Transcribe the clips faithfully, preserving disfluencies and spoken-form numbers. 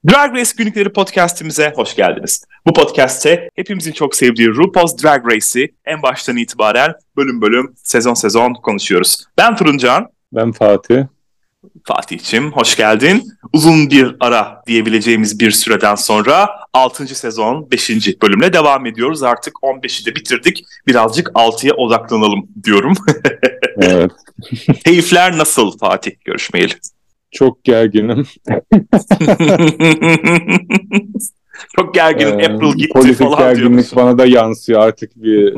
Drag Race Günlükleri podcastimize hoş geldiniz. Bu podcast'te hepimizin çok sevdiği RuPaul's Drag Race'i en baştan itibaren bölüm bölüm, sezon sezon konuşuyoruz. Ben Fırıncan. Ben Fatih. Fatih'cim hoş geldin. Uzun bir ara diyebileceğimiz bir süreden sonra altıncı sezon beşinci bölümle devam ediyoruz. Artık on beşi de bitirdik. Birazcık altıya odaklanalım diyorum. Evet. Keyifler nasıl Fatih görüşmeyeli? Çok gerginim. Çok gerginim. Ee, April gitti politik falan gerginlik diyorsun. bana da yansıyor. Artık bir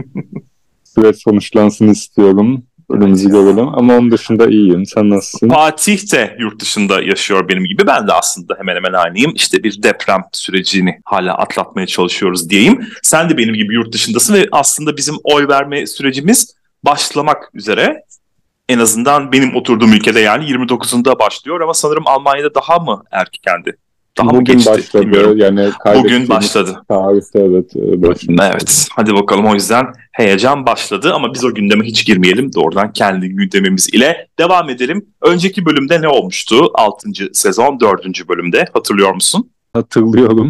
süreç sonuçlansın istiyorum. Önümüzü görelim. Ama onun dışında iyiyim. Sen nasılsın? Fatih de yurt dışında yaşıyor benim gibi. Ben de aslında hemen hemen aynıyım. İşte bir deprem sürecini hala atlatmaya çalışıyoruz diyeyim. Sen de benim gibi yurt dışındasın ve aslında bizim oy verme sürecimiz başlamak üzere. En azından benim oturduğum ülkede yani yirmi dokuzunda başlıyor ama sanırım Almanya'da daha mı erkendi? Daha Bugün mı geçti? başladı. Bilmiyorum. Yani Bugün başladı. Tarihte evet başladı. Evet. Hadi bakalım, o yüzden heyecan başladı ama biz o gündeme hiç girmeyelim. Doğrudan kendi gündemimiz ile devam edelim. Önceki bölümde ne olmuştu? altıncı sezon dördüncü bölümde. Hatırlıyor musun? Hatırlıyorum.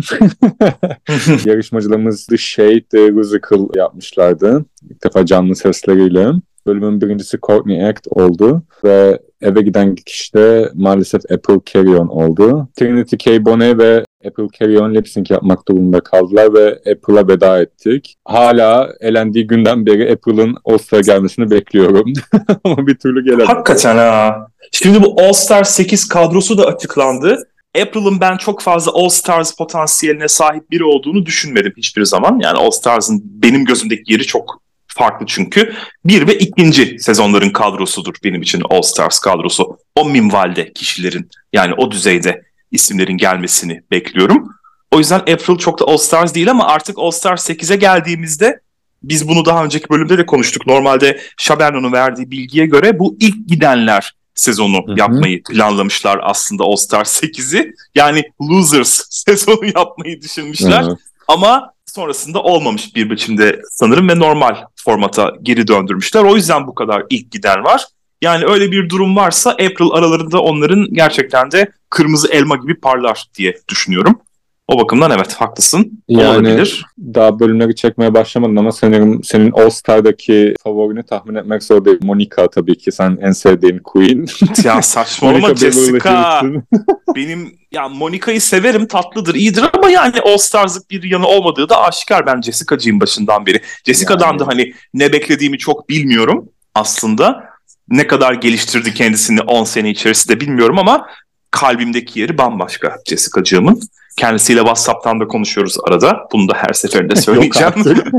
Yarışmacılarımız The Shade, The Musical yapmışlardı. İlk defa canlı sesleriyle. Bölümün birincisi Courtney Act oldu ve eve giden kişi de maalesef April Carrion oldu. Trinity K. Bonet ve April Carrion lip sync yapmak durumunda kaldılar ve April'a veda ettik. Hala elendiği günden beri April'ın All-Star'a gelmesini bekliyorum. Ama bir türlü gelemedi. Hakikaten ha. Şimdi bu All-Star sekiz kadrosu da açıklandı. April'ın ben çok fazla All-Stars potansiyeline sahip biri olduğunu düşünmedim hiçbir zaman. Yani All-Stars'ın benim gözümdeki yeri çok farklı çünkü. Bir ve ikinci sezonların kadrosudur benim için All-Stars kadrosu. O minvalde kişilerin, yani o düzeyde isimlerin gelmesini bekliyorum. O yüzden April çok da All-Stars değil ama artık All-Stars sekize geldiğimizde biz bunu daha önceki bölümde de konuştuk. Normalde Shaberno'nun verdiği bilgiye göre bu ilk gidenler sezonu Hı-hı. yapmayı planlamışlar aslında All-Stars sekizi. Yani Losers sezonu yapmayı düşünmüşler. Hı-hı. Ama sonrasında olmamış bir biçimde sanırım ve normal formata geri döndürmüşler. O yüzden bu kadar ilk giden var. Yani öyle bir durum varsa April aralarında onların gerçekten de kırmızı elma gibi parlar diye düşünüyorum. O bakımdan evet haklısın. Yani olabilir. Daha bölümleri çekmeye başlamadın ama sanırım senin All Star'daki favorini tahmin etmek zor değil. Monica tabii ki, sen en sevdiğin Queen. Ya saçmalama Jessica. Benim ya Monica'yı severim, tatlıdır, iyidir ama yani All Stars'lık bir yanı olmadığı da aşikar. Ben Jessica'cıyım başından beri. Jessica'dan yani da hani ne beklediğimi çok bilmiyorum aslında. Ne kadar geliştirdi kendisini on sene içerisinde bilmiyorum ama kalbimdeki yeri bambaşka Jessica'cığımın. Kendisiyle WhatsApp'tan da konuşuyoruz arada. Bunu da her seferinde söyleyeceğim.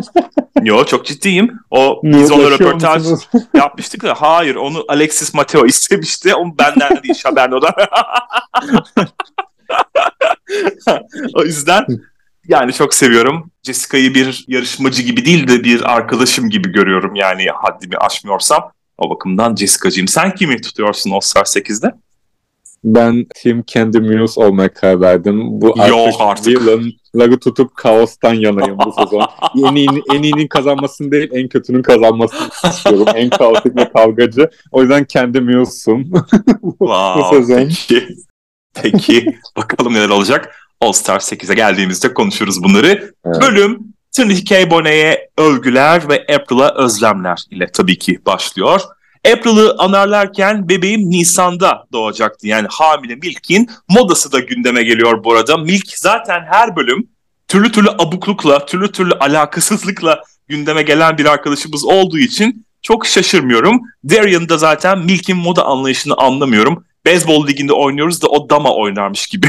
Yo, çok ciddiyim. O biz onunla röportaj yapmıştık da hayır, onu Alexis Mateo istemişti. Onu benden değil, Shaberno'dan. O yüzden yani çok seviyorum. Jessica'yı bir yarışmacı gibi değil de bir arkadaşım gibi görüyorum. Yani haddimi aşmıyorsam. O bakımdan Jessica'cığım. Sen kimi tutuyorsun All-Star sekizde? Ben Team Candy Muse olmaya karar verdim. Bu Yok artık. Villain'ları tutup kaostan yanayım bu sezon. en, iyinin, en iyinin kazanmasını değil, en kötünün kazanmasını istiyorum. En kaotik ve kavgacı. O yüzden Candy Muse'um wow, bu sezon. Peki. Peki. Bakalım neler olacak. All-Star sekize geldiğimizde konuşuruz bunları. Evet. Bölüm Trinity K. Bonet'e övgüler ve April'a özlemler ile tabii ki başlıyor. April'ı anarlarken bebeğim Nisan'da doğacaktı. Yani hamile Milk'in modası da gündeme geliyor bu arada. Milk zaten her bölüm türlü türlü abuklukla, türlü türlü alakasızlıkla gündeme gelen bir arkadaşımız olduğu için çok şaşırmıyorum. Darian da zaten Milk'in moda anlayışını anlamıyorum. Beyzbol liginde oynuyoruz da o dama oynarmış gibi.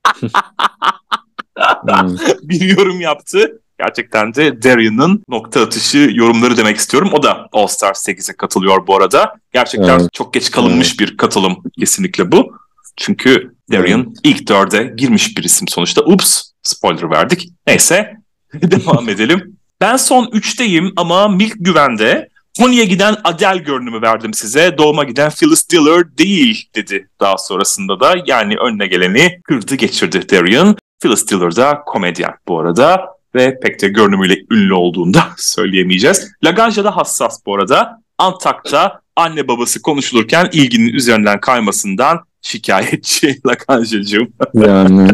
hmm. Bir yorum yaptı. Gerçekten de Darian'ın nokta atışı yorumları demek istiyorum. O da All-Star sekize katılıyor bu arada. Gerçekten evet. Çok geç kalınmış evet. bir katılım kesinlikle bu. Çünkü Darian evet. ilk dörde girmiş bir isim sonuçta. Ups, spoiler verdik. Neyse, devam edelim. Ben son üçteyim ama Milk güvende. Tony'ye giden Adele görünümü verdim size. Doğuma giden Phyllis Diller değil dedi daha sonrasında da. Yani önüne geleni kırdı geçirdi Darian. Phyllis Diller da komedyen bu arada. Ve pek de görünümüyle ünlü olduğunu da söyleyemeyeceğiz. Laganja da hassas bu arada. Antak'ta anne babası konuşulurken ilginin üzerinden kaymasından şikayetçi Laganja'cığım. Yani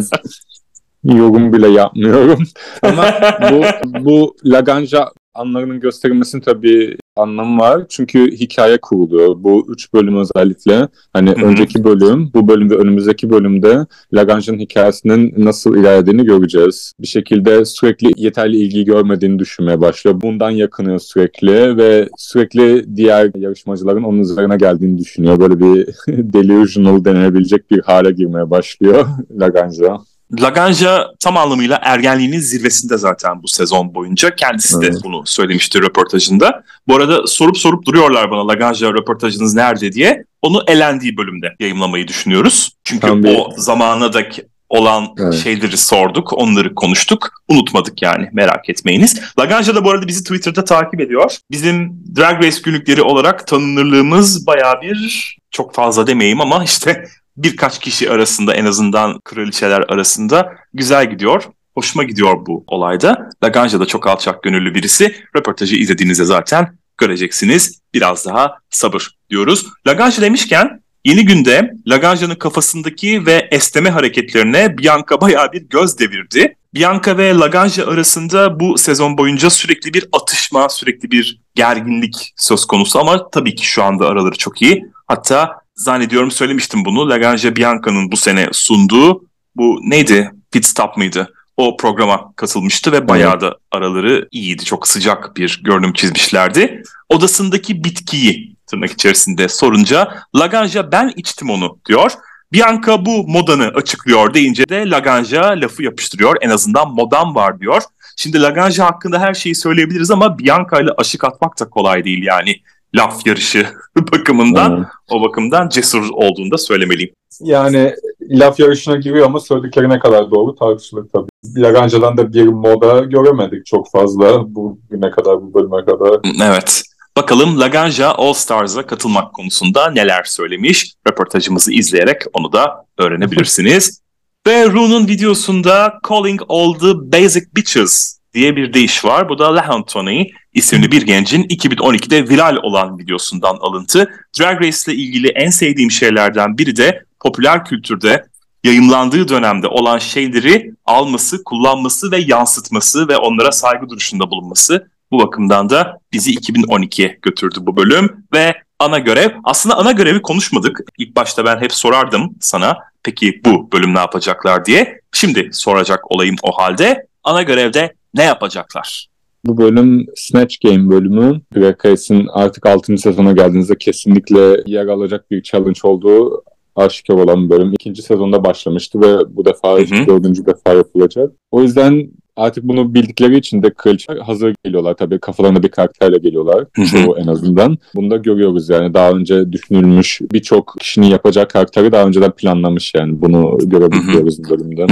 yorum bile yapmıyorum. Ama bu, bu Laganja anlarının gösterilmesinin tabii anlamı var. Çünkü hikaye kuruluyor. Bu üç bölüm özellikle. Hani Hı-hı. önceki bölüm, bu bölüm ve önümüzdeki bölümde Laganja'nın hikayesinin nasıl ilerlediğini göreceğiz. Bir şekilde sürekli yeterli ilgi görmediğini düşünmeye başlıyor. Bundan yakınıyor sürekli ve sürekli diğer yarışmacıların onun üzerine geldiğini düşünüyor. Böyle bir delusional denenebilecek bir hale girmeye başlıyor Laganja. Laganja tam anlamıyla ergenliğinin zirvesinde zaten bu sezon boyunca. Kendisi de evet. bunu söylemişti röportajında. Bu arada sorup sorup duruyorlar bana Laganja röportajınız nerede diye. Onu elendiği bölümde yayımlamayı düşünüyoruz. Çünkü tam o bir... zamana da olan evet. şeyleri sorduk, onları konuştuk. Unutmadık yani, merak etmeyiniz. Laganja da bu arada bizi Twitter'da takip ediyor. Bizim Drag Race günlükleri olarak tanınırlığımız bayağı bir, çok fazla demeyeyim ama işte... birkaç kişi arasında, en azından kraliçeler arasında güzel gidiyor. Hoşuma gidiyor bu olayda. Laganja da çok alçak gönüllü birisi. Röportajı izlediğinizde zaten göreceksiniz. Biraz daha sabır diyoruz. Laganja demişken yeni günde Laganja'nın kafasındaki ve esneme hareketlerine Bianca bayağı bir göz devirdi. Bianca ve Laganja arasında bu sezon boyunca sürekli bir atışma, sürekli bir gerginlik söz konusu ama tabii ki şu anda araları çok iyi. Hatta zannediyorum söylemiştim bunu. Laganja Bianca'nın bu sene sunduğu bu neydi? Pit Stop mıydı? O programa katılmıştı ve bayağı da araları iyiydi. Çok sıcak bir görünüm çizmişlerdi. Odasındaki bitkiyi tırnak içerisinde sorunca Laganja ben içtim onu diyor. Bianca bu modanı açıklıyor deyince de Laganja lafı yapıştırıyor. En azından modam var diyor. Şimdi Laganja hakkında her şeyi söyleyebiliriz ama Bianca ile aşık atmak da kolay değil yani. Laf yarışı bakımından, hmm. o bakımdan cesur olduğunu da söylemeliyim. Yani laf yarışına giriyor ama söyledikleri ne kadar doğru tartışılır tabii. Laganja'dan da bir moda göremedik çok fazla bugüne kadar, bu bölüme kadar. Evet. Bakalım Laganja All Stars'a katılmak konusunda neler söylemiş? Röportajımızı izleyerek onu da öğrenebilirsiniz. Ve Ru'nun videosunda Calling All the Basic Bitches diye bir deyiş var. Bu da Lahantoni isimli bir gencin iki bin on ikide viral olan videosundan alıntı. Drag Race ile ilgili en sevdiğim şeylerden biri de popüler kültürde yayımlandığı dönemde olan şeyleri alması, kullanması ve yansıtması ve onlara saygı duruşunda bulunması. Bu bakımdan da bizi iki bin on ikiye götürdü bu bölüm ve ana görev, aslında ana görevi konuşmadık. İlk başta ben hep sorardım sana, peki bu bölüm ne yapacaklar diye. Şimdi soracak olayım o halde. Ana görevde ne yapacaklar? Bu bölüm Snatch Game bölümü. Drag Race'in artık altıncı sezona geldiğinizde kesinlikle yer alacak bir challenge olduğu aşikar olan bir bölüm. İkinci sezonda başlamıştı ve bu defa dördüncü defa yapılacak. O yüzden artık bunu bildikleri için de kraliçe hazır geliyorlar. Tabii kafalarında bir karakterle geliyorlar. Çoğu en azından. Bunu da görüyoruz yani. Daha önce düşünülmüş birçok kişinin yapacağı karakteri daha önceden planlamış yani. Bunu görebiliyoruz bu bölümde.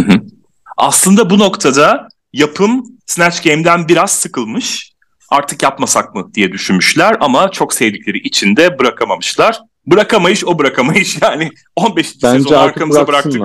Aslında bu noktada yapım Snatch Game'den biraz sıkılmış. Artık yapmasak mı diye düşünmüşler ama çok sevdikleri için de bırakamamışlar. Bırakamayış o bırakamayış yani on beşinci sezonu arkamıza bıraktık.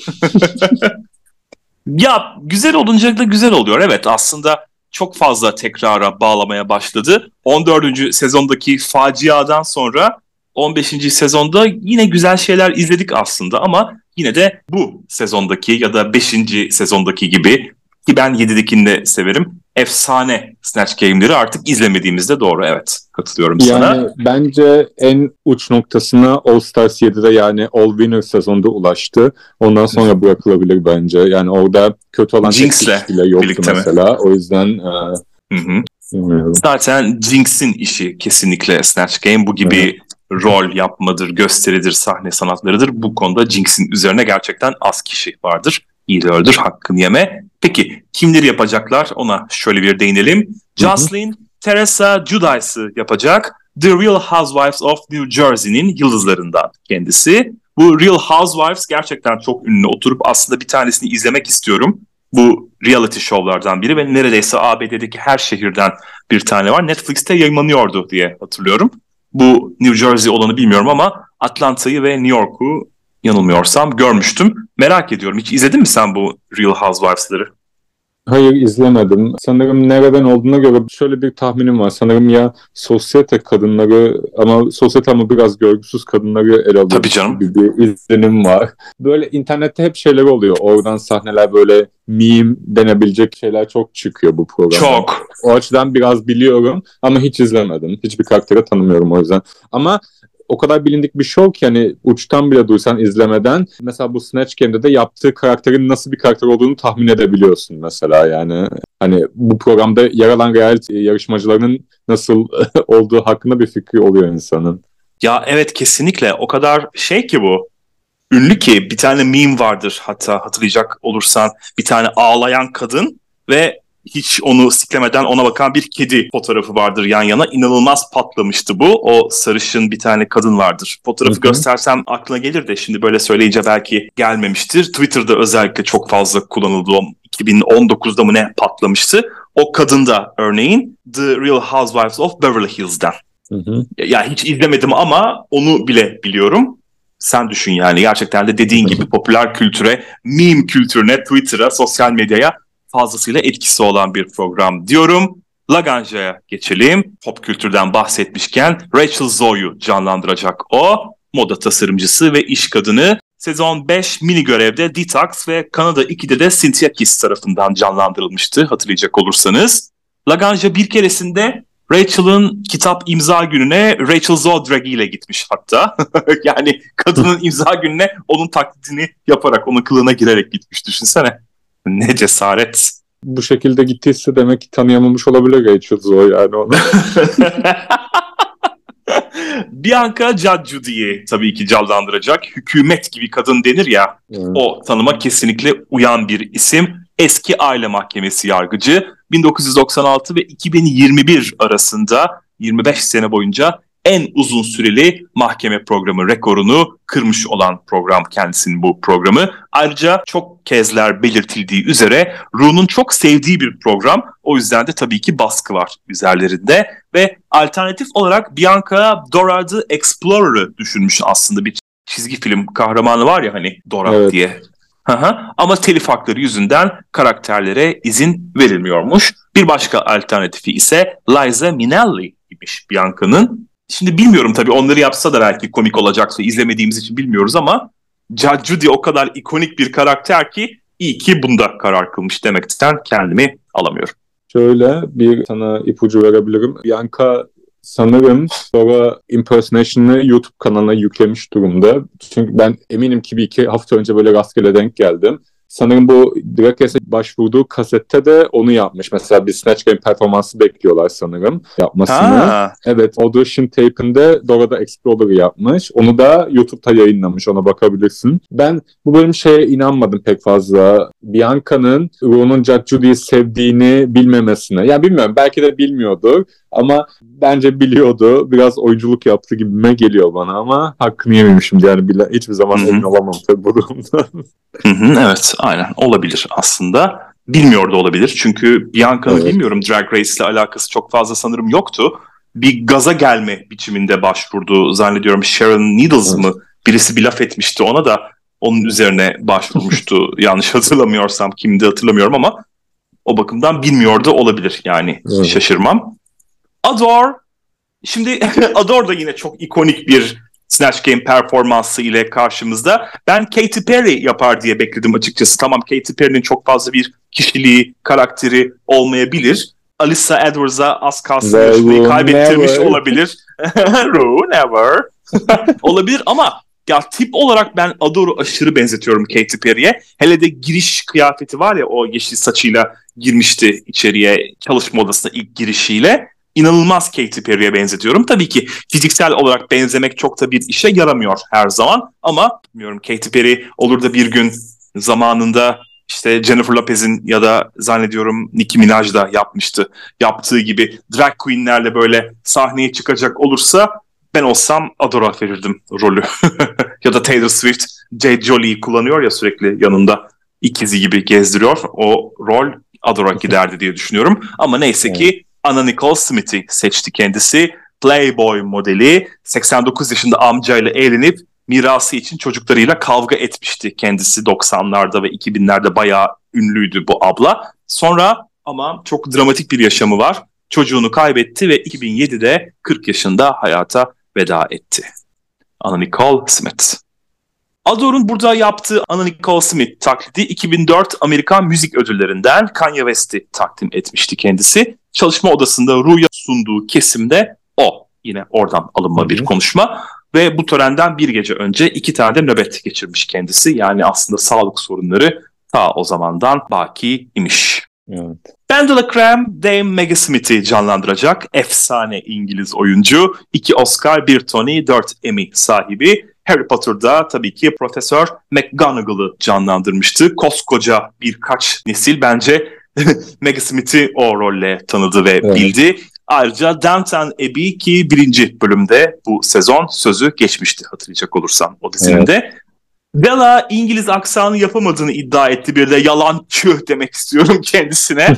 Ya güzel olunca da güzel oluyor. Evet, aslında çok fazla tekrara bağlamaya başladı. on dördüncü sezondaki faciadan sonra on beşinci sezonda yine güzel şeyler izledik aslında ama yine de bu sezondaki ya da beşinci sezondaki gibi, ki ben yedidekini de severim, efsane Snatch Game'leri artık izlemediğimizde doğru, evet, katılıyorum yani sana. Yani bence en uç noktasına All Stars yedide yani All Winner sezonda ulaştı. Ondan sonra bırakılabilir bence. Yani orada kötü olan Jinx'le tek bile yoktu mesela. Mi? O yüzden e, hı hı. Zaten Jinx'in işi kesinlikle Snatch Game. Bu gibi evet. rol yapmadır, gösteridir, sahne sanatlarıdır. Bu konuda Jinx'in üzerine gerçekten az kişi vardır. İyi de öldür, hakkını yeme. Peki kimleri yapacaklar? Ona şöyle bir değinelim. Jocelyn Teresa Giudice'ı yapacak. The Real Housewives of New Jersey'nin yıldızlarından kendisi. Bu Real Housewives gerçekten çok ünlü. Oturup aslında bir tanesini izlemek istiyorum. Bu reality show'lardan biri ve neredeyse A B D'deki her şehirden bir tane var. Netflix'te yayınlanıyordu diye hatırlıyorum. Bu New Jersey olanı bilmiyorum ama Atlanta'yı ve New York'u yanılmıyorsam görmüştüm. Merak ediyorum. Hiç izledin mi sen bu Real Housewives'ları? Hayır, izlemedim. Sanırım nereden olduğuna göre şöyle bir tahminim var. Sanırım ya sosyete kadınları ama sosyete ama biraz görgüsüz kadınları ele alıyor Tabii canım. gibi bir izlenim var. Böyle internette hep şeyler oluyor. Oradan sahneler, böyle meme denebilecek şeyler çok çıkıyor bu programda. Çok. O açıdan biraz biliyorum ama hiç izlemedim. Hiçbir karakteri tanımıyorum o yüzden. Ama o kadar bilindik bir show ki hani uçtan bile duysan izlemeden, mesela bu Snatch Game'de de yaptığı karakterin nasıl bir karakter olduğunu tahmin edebiliyorsun mesela yani. Hani bu programda yer alan reality yarışmacılarının nasıl olduğu hakkında bir fikri oluyor insanın. Ya evet, kesinlikle o kadar şey ki bu. Ünlü ki bir tane meme vardır, hatta hatırlayacak olursan, bir tane ağlayan kadın ve hiç onu siklemeden ona bakan bir kedi fotoğrafı vardır yan yana. İnanılmaz patlamıştı bu. O sarışın bir tane kadın vardır. Fotoğrafı hı hı. göstersem aklına gelir de şimdi böyle söyleyince belki gelmemiştir. Twitter'da özellikle çok fazla kullanıldı. O iki bin on dokuzda mı ne patlamıştı. O kadın da örneğin The Real Housewives of Beverly Hills'den. Hı hı. Ya, ya hiç izlemedim ama onu bile biliyorum. Sen düşün yani, gerçekten de dediğin gibi popüler kültüre, meme kültürüne, Twitter'a, sosyal medyaya fazlasıyla etkisi olan bir program diyorum. Laganja'ya geçelim. Pop kültürden bahsetmişken Rachel Zoe'yu canlandıracak o. Moda tasarımcısı ve iş kadını. Sezon beş mini görevde Detox ve Kanada ikide de Cynthia Kiss tarafından canlandırılmıştı, hatırlayacak olursanız. Laganja bir keresinde Rachel'ın kitap imza gününe Rachel Zoe drag ile gitmiş hatta. Yani kadının imza gününe onun taklidini yaparak, onun kılığına girerek gitmiş, düşünsene. Ne cesaret. Bu şekilde gittiyse demek ki tanıyamamış olabilir Rachel Zoe yani onu. Bianca Judge'yi tabii ki canlandıracak. Hükümet gibi kadın denir ya. Hmm. O tanıma kesinlikle uyan bir isim. Eski aile mahkemesi yargıcı. bin dokuz yüz doksan altı ve iki bin yirmi bir arasında yirmi beş sene boyunca en uzun süreli mahkeme programı rekorunu kırmış olan program kendisinin bu programı. Ayrıca çok kezler belirtildiği üzere Ru'nun çok sevdiği bir program. O yüzden de tabii ki baskı var üzerlerinde. Ve alternatif olarak Bianca Dora the Explorer'ı düşünmüş aslında, bir çizgi film kahramanı var ya hani, Dora evet. diye. Ama telif hakları yüzünden karakterlere izin verilmiyormuş. Bir başka alternatifi ise Liza Minnelli imiş Bianca'nın. Şimdi bilmiyorum tabii, onları yapsa da belki komik olacaksa, izlemediğimiz için bilmiyoruz ama Judge Judy o kadar ikonik bir karakter ki iyi ki bunda karar kılmış demekten kendimi alamıyorum. Şöyle bir sana ipucu verebilirim. Bianca sanırım sonra impersonation'ı YouTube kanalına yüklemiş durumda. Çünkü ben eminim ki bir iki hafta önce böyle rastgele denk geldim. Sanırım bu Drag Race'e başvurduğu kasette de onu yapmış. Mesela bir Snatch Game performansı bekliyorlar sanırım yapmasını. Ha. Evet, audition tape'inde Dora the Explorer'ı yapmış. Onu da YouTube'da yayınlamış, ona bakabilirsin. Ben bu bölüm şeye inanmadım pek fazla. Bianca'nın Ru'nun Judge Judy'yi sevdiğini bilmemesine. Yani bilmiyorum, belki de bilmiyordur ama bence biliyordu. Biraz oyunculuk yaptı gibime geliyor bana ama hakkını yememişim. Yani bile, hiçbir zaman Hı-hı. emin olamam tabii bu durumda. Evet, aynen olabilir aslında. Bilmiyor da olabilir. Çünkü Bianca'nın evet. bilmiyorum Drag Race ile alakası çok fazla sanırım yoktu. Bir gaza gelme biçiminde başvurdu zannediyorum. Sharon Needles evet. mı? Birisi bir laf etmişti ona da onun üzerine başvurmuştu. Yanlış hatırlamıyorsam, kimdi hatırlamıyorum ama o bakımdan bilmiyor da olabilir. Yani evet. şaşırmam. Adore. Şimdi Adore da yine çok ikonik bir Snatch Game performansı ile karşımızda. Ben Katy Perry yapar diye bekledim açıkçası. Tamam, Katy Perry'nin çok fazla bir kişiliği, karakteri olmayabilir. Alyssa Edwards'a az kalsın yarışmayı kaybettirmiş never. olabilir. Rue never. Olabilir ama ya tip olarak ben Adore'u aşırı benzetiyorum Katy Perry'e. Hele de giriş kıyafeti var ya, o yeşil saçıyla girmişti içeriye çalışma odasına ilk girişiyle. İnanılmaz Katy Perry'e benzetiyorum. Tabii ki fiziksel olarak benzemek çok da bir işe yaramıyor her zaman. Ama bilmiyorum, Katy Perry olur da bir gün zamanında işte Jennifer Lopez'in ya da zannediyorum Nicki Minaj da yapmıştı. Yaptığı gibi drag queenlerle böyle sahneye çıkacak olursa ben olsam Adore'a verirdim rolü. Ya da Taylor Swift, J. Jolie'yi kullanıyor ya sürekli yanında, ikizi gibi gezdiriyor. O rol Adore'a giderdi diye düşünüyorum. Ama neyse ki Anna Nicole Smith'i seçti kendisi. Playboy modeli, seksen dokuz yaşında amcayla evlenip mirası için çocuklarıyla kavga etmişti kendisi doksanlarda ve iki binlerde bayağı ünlüydü bu abla. Sonra ama çok dramatik bir yaşamı var. Çocuğunu kaybetti ve iki bin yedide kırk yaşında hayata veda etti. Anna Nicole Smith. Ador'un burada yaptığı Anna Nicole Smith taklidi iki bin dört Amerikan Müzik Ödülleri'nden Kanye West'i takdim etmişti kendisi. Çalışma odasında Ru'ya sunduğu kesimde o. Yine oradan alınma Hı-hı. bir konuşma. Ve bu törenden bir gece önce iki tane de nöbet geçirmiş kendisi. Yani aslında sağlık sorunları ta o zamandan baki imiş. Evet. Ben de la Creme, Dame Maggie Smith'i canlandıracak efsane İngiliz oyuncu. İki Oscar, bir Tony, dört Emmy sahibi. Harry Potter'da tabii ki Profesör McGonagall'ı canlandırmıştı. Koskoca birkaç nesil bence Maggie Smith'i o rolle tanıdı ve evet. bildi. Ayrıca Downton Abbey ki birinci bölümde bu sezon sözü geçmişti hatırlayacak olursan o dizinin de. Evet. Bella İngiliz aksanı yapamadığını iddia etti. Bir de yalancı demek istiyorum kendisine.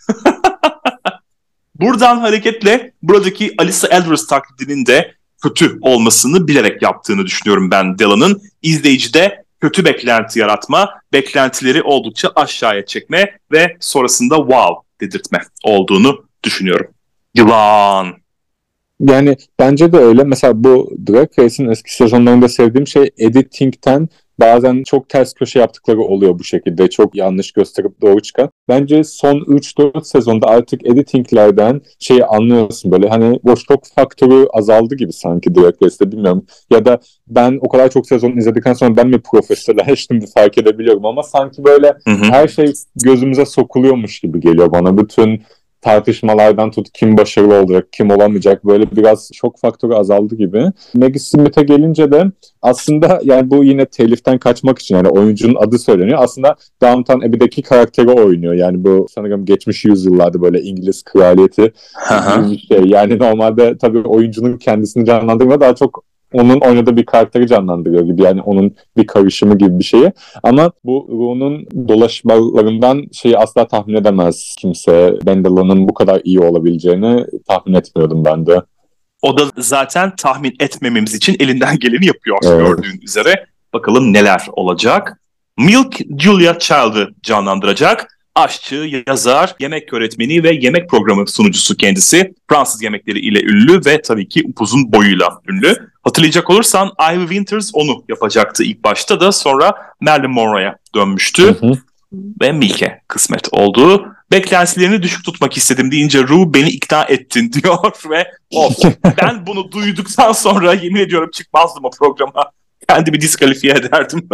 Buradan hareketle buradaki Alyssa Edwards taklidinin de kötü olmasını bilerek yaptığını düşünüyorum ben Bella'nın. İzleyicide kötü beklenti yaratma, beklentileri oldukça aşağıya çekme ve sonrasında wow dedirtme olduğunu düşünüyorum. Yılan. Yani bence de öyle. Mesela bu Drag Race'in eski sezonlarında sevdiğim şey editing'ten bazen çok ters köşe yaptıkları oluyor bu şekilde. Çok yanlış gösterip doğru çıkan. Bence son üç dört sezonda artık editinglerden şeyi anlıyorsun böyle. Hani boşluk faktörü azaldı gibi sanki Drag Race'de, bilmiyorum. Ya da ben o kadar çok sezon izledikten sonra ben mi profesyonelleştim fark edebiliyorum ama sanki böyle hı hı. her şey gözümüze sokuluyormuş gibi geliyor bana. Bütün tartışmalardan tut kim başarılı olacak, kim olamayacak, böyle biraz şok faktörü azaldı gibi. Maggie Smith'e gelince de aslında yani bu yine teliften kaçmak için, yani oyuncunun adı söyleniyor. Aslında Downton Abbey'deki karakteri oynuyor. Yani bu sanırım geçmiş yüzyıllarda böyle İngiliz kraliyeti gibi bir şey. Yani normalde tabii oyuncunun kendisini canlandırma daha çok onun oynadığı bir karakteri canlandırıyor gibi, yani onun bir karışımı gibi bir şeyi. Ama bu Ru'nun dolaşmalarından şeyi asla tahmin edemez kimse. Bendela'nın bu kadar iyi olabileceğini tahmin etmiyordum ben de. O da zaten tahmin etmememiz için elinden geleni yapıyor evet. gördüğün üzere. Bakalım neler olacak. Milk Julia Child'ı canlandıracak. Aşçı, yazar, yemek öğretmeni ve yemek programı sunucusu kendisi. Fransız yemekleri ile ünlü ve tabii ki upuzun boyuyla ünlü. Hatırlayacak olursan Ivy Winters onu yapacaktı ilk başta da, sonra Marilyn Monroe'ya dönmüştü. Hı hı. Ve Milk'e kısmet oldu. Beklentilerini düşük tutmak istedim deyince Ru beni ikna ettin diyor ve of, ben bunu duyduktan sonra yemin ediyorum çıkmazdım o programa. Kendimi diskalifiye ederdim.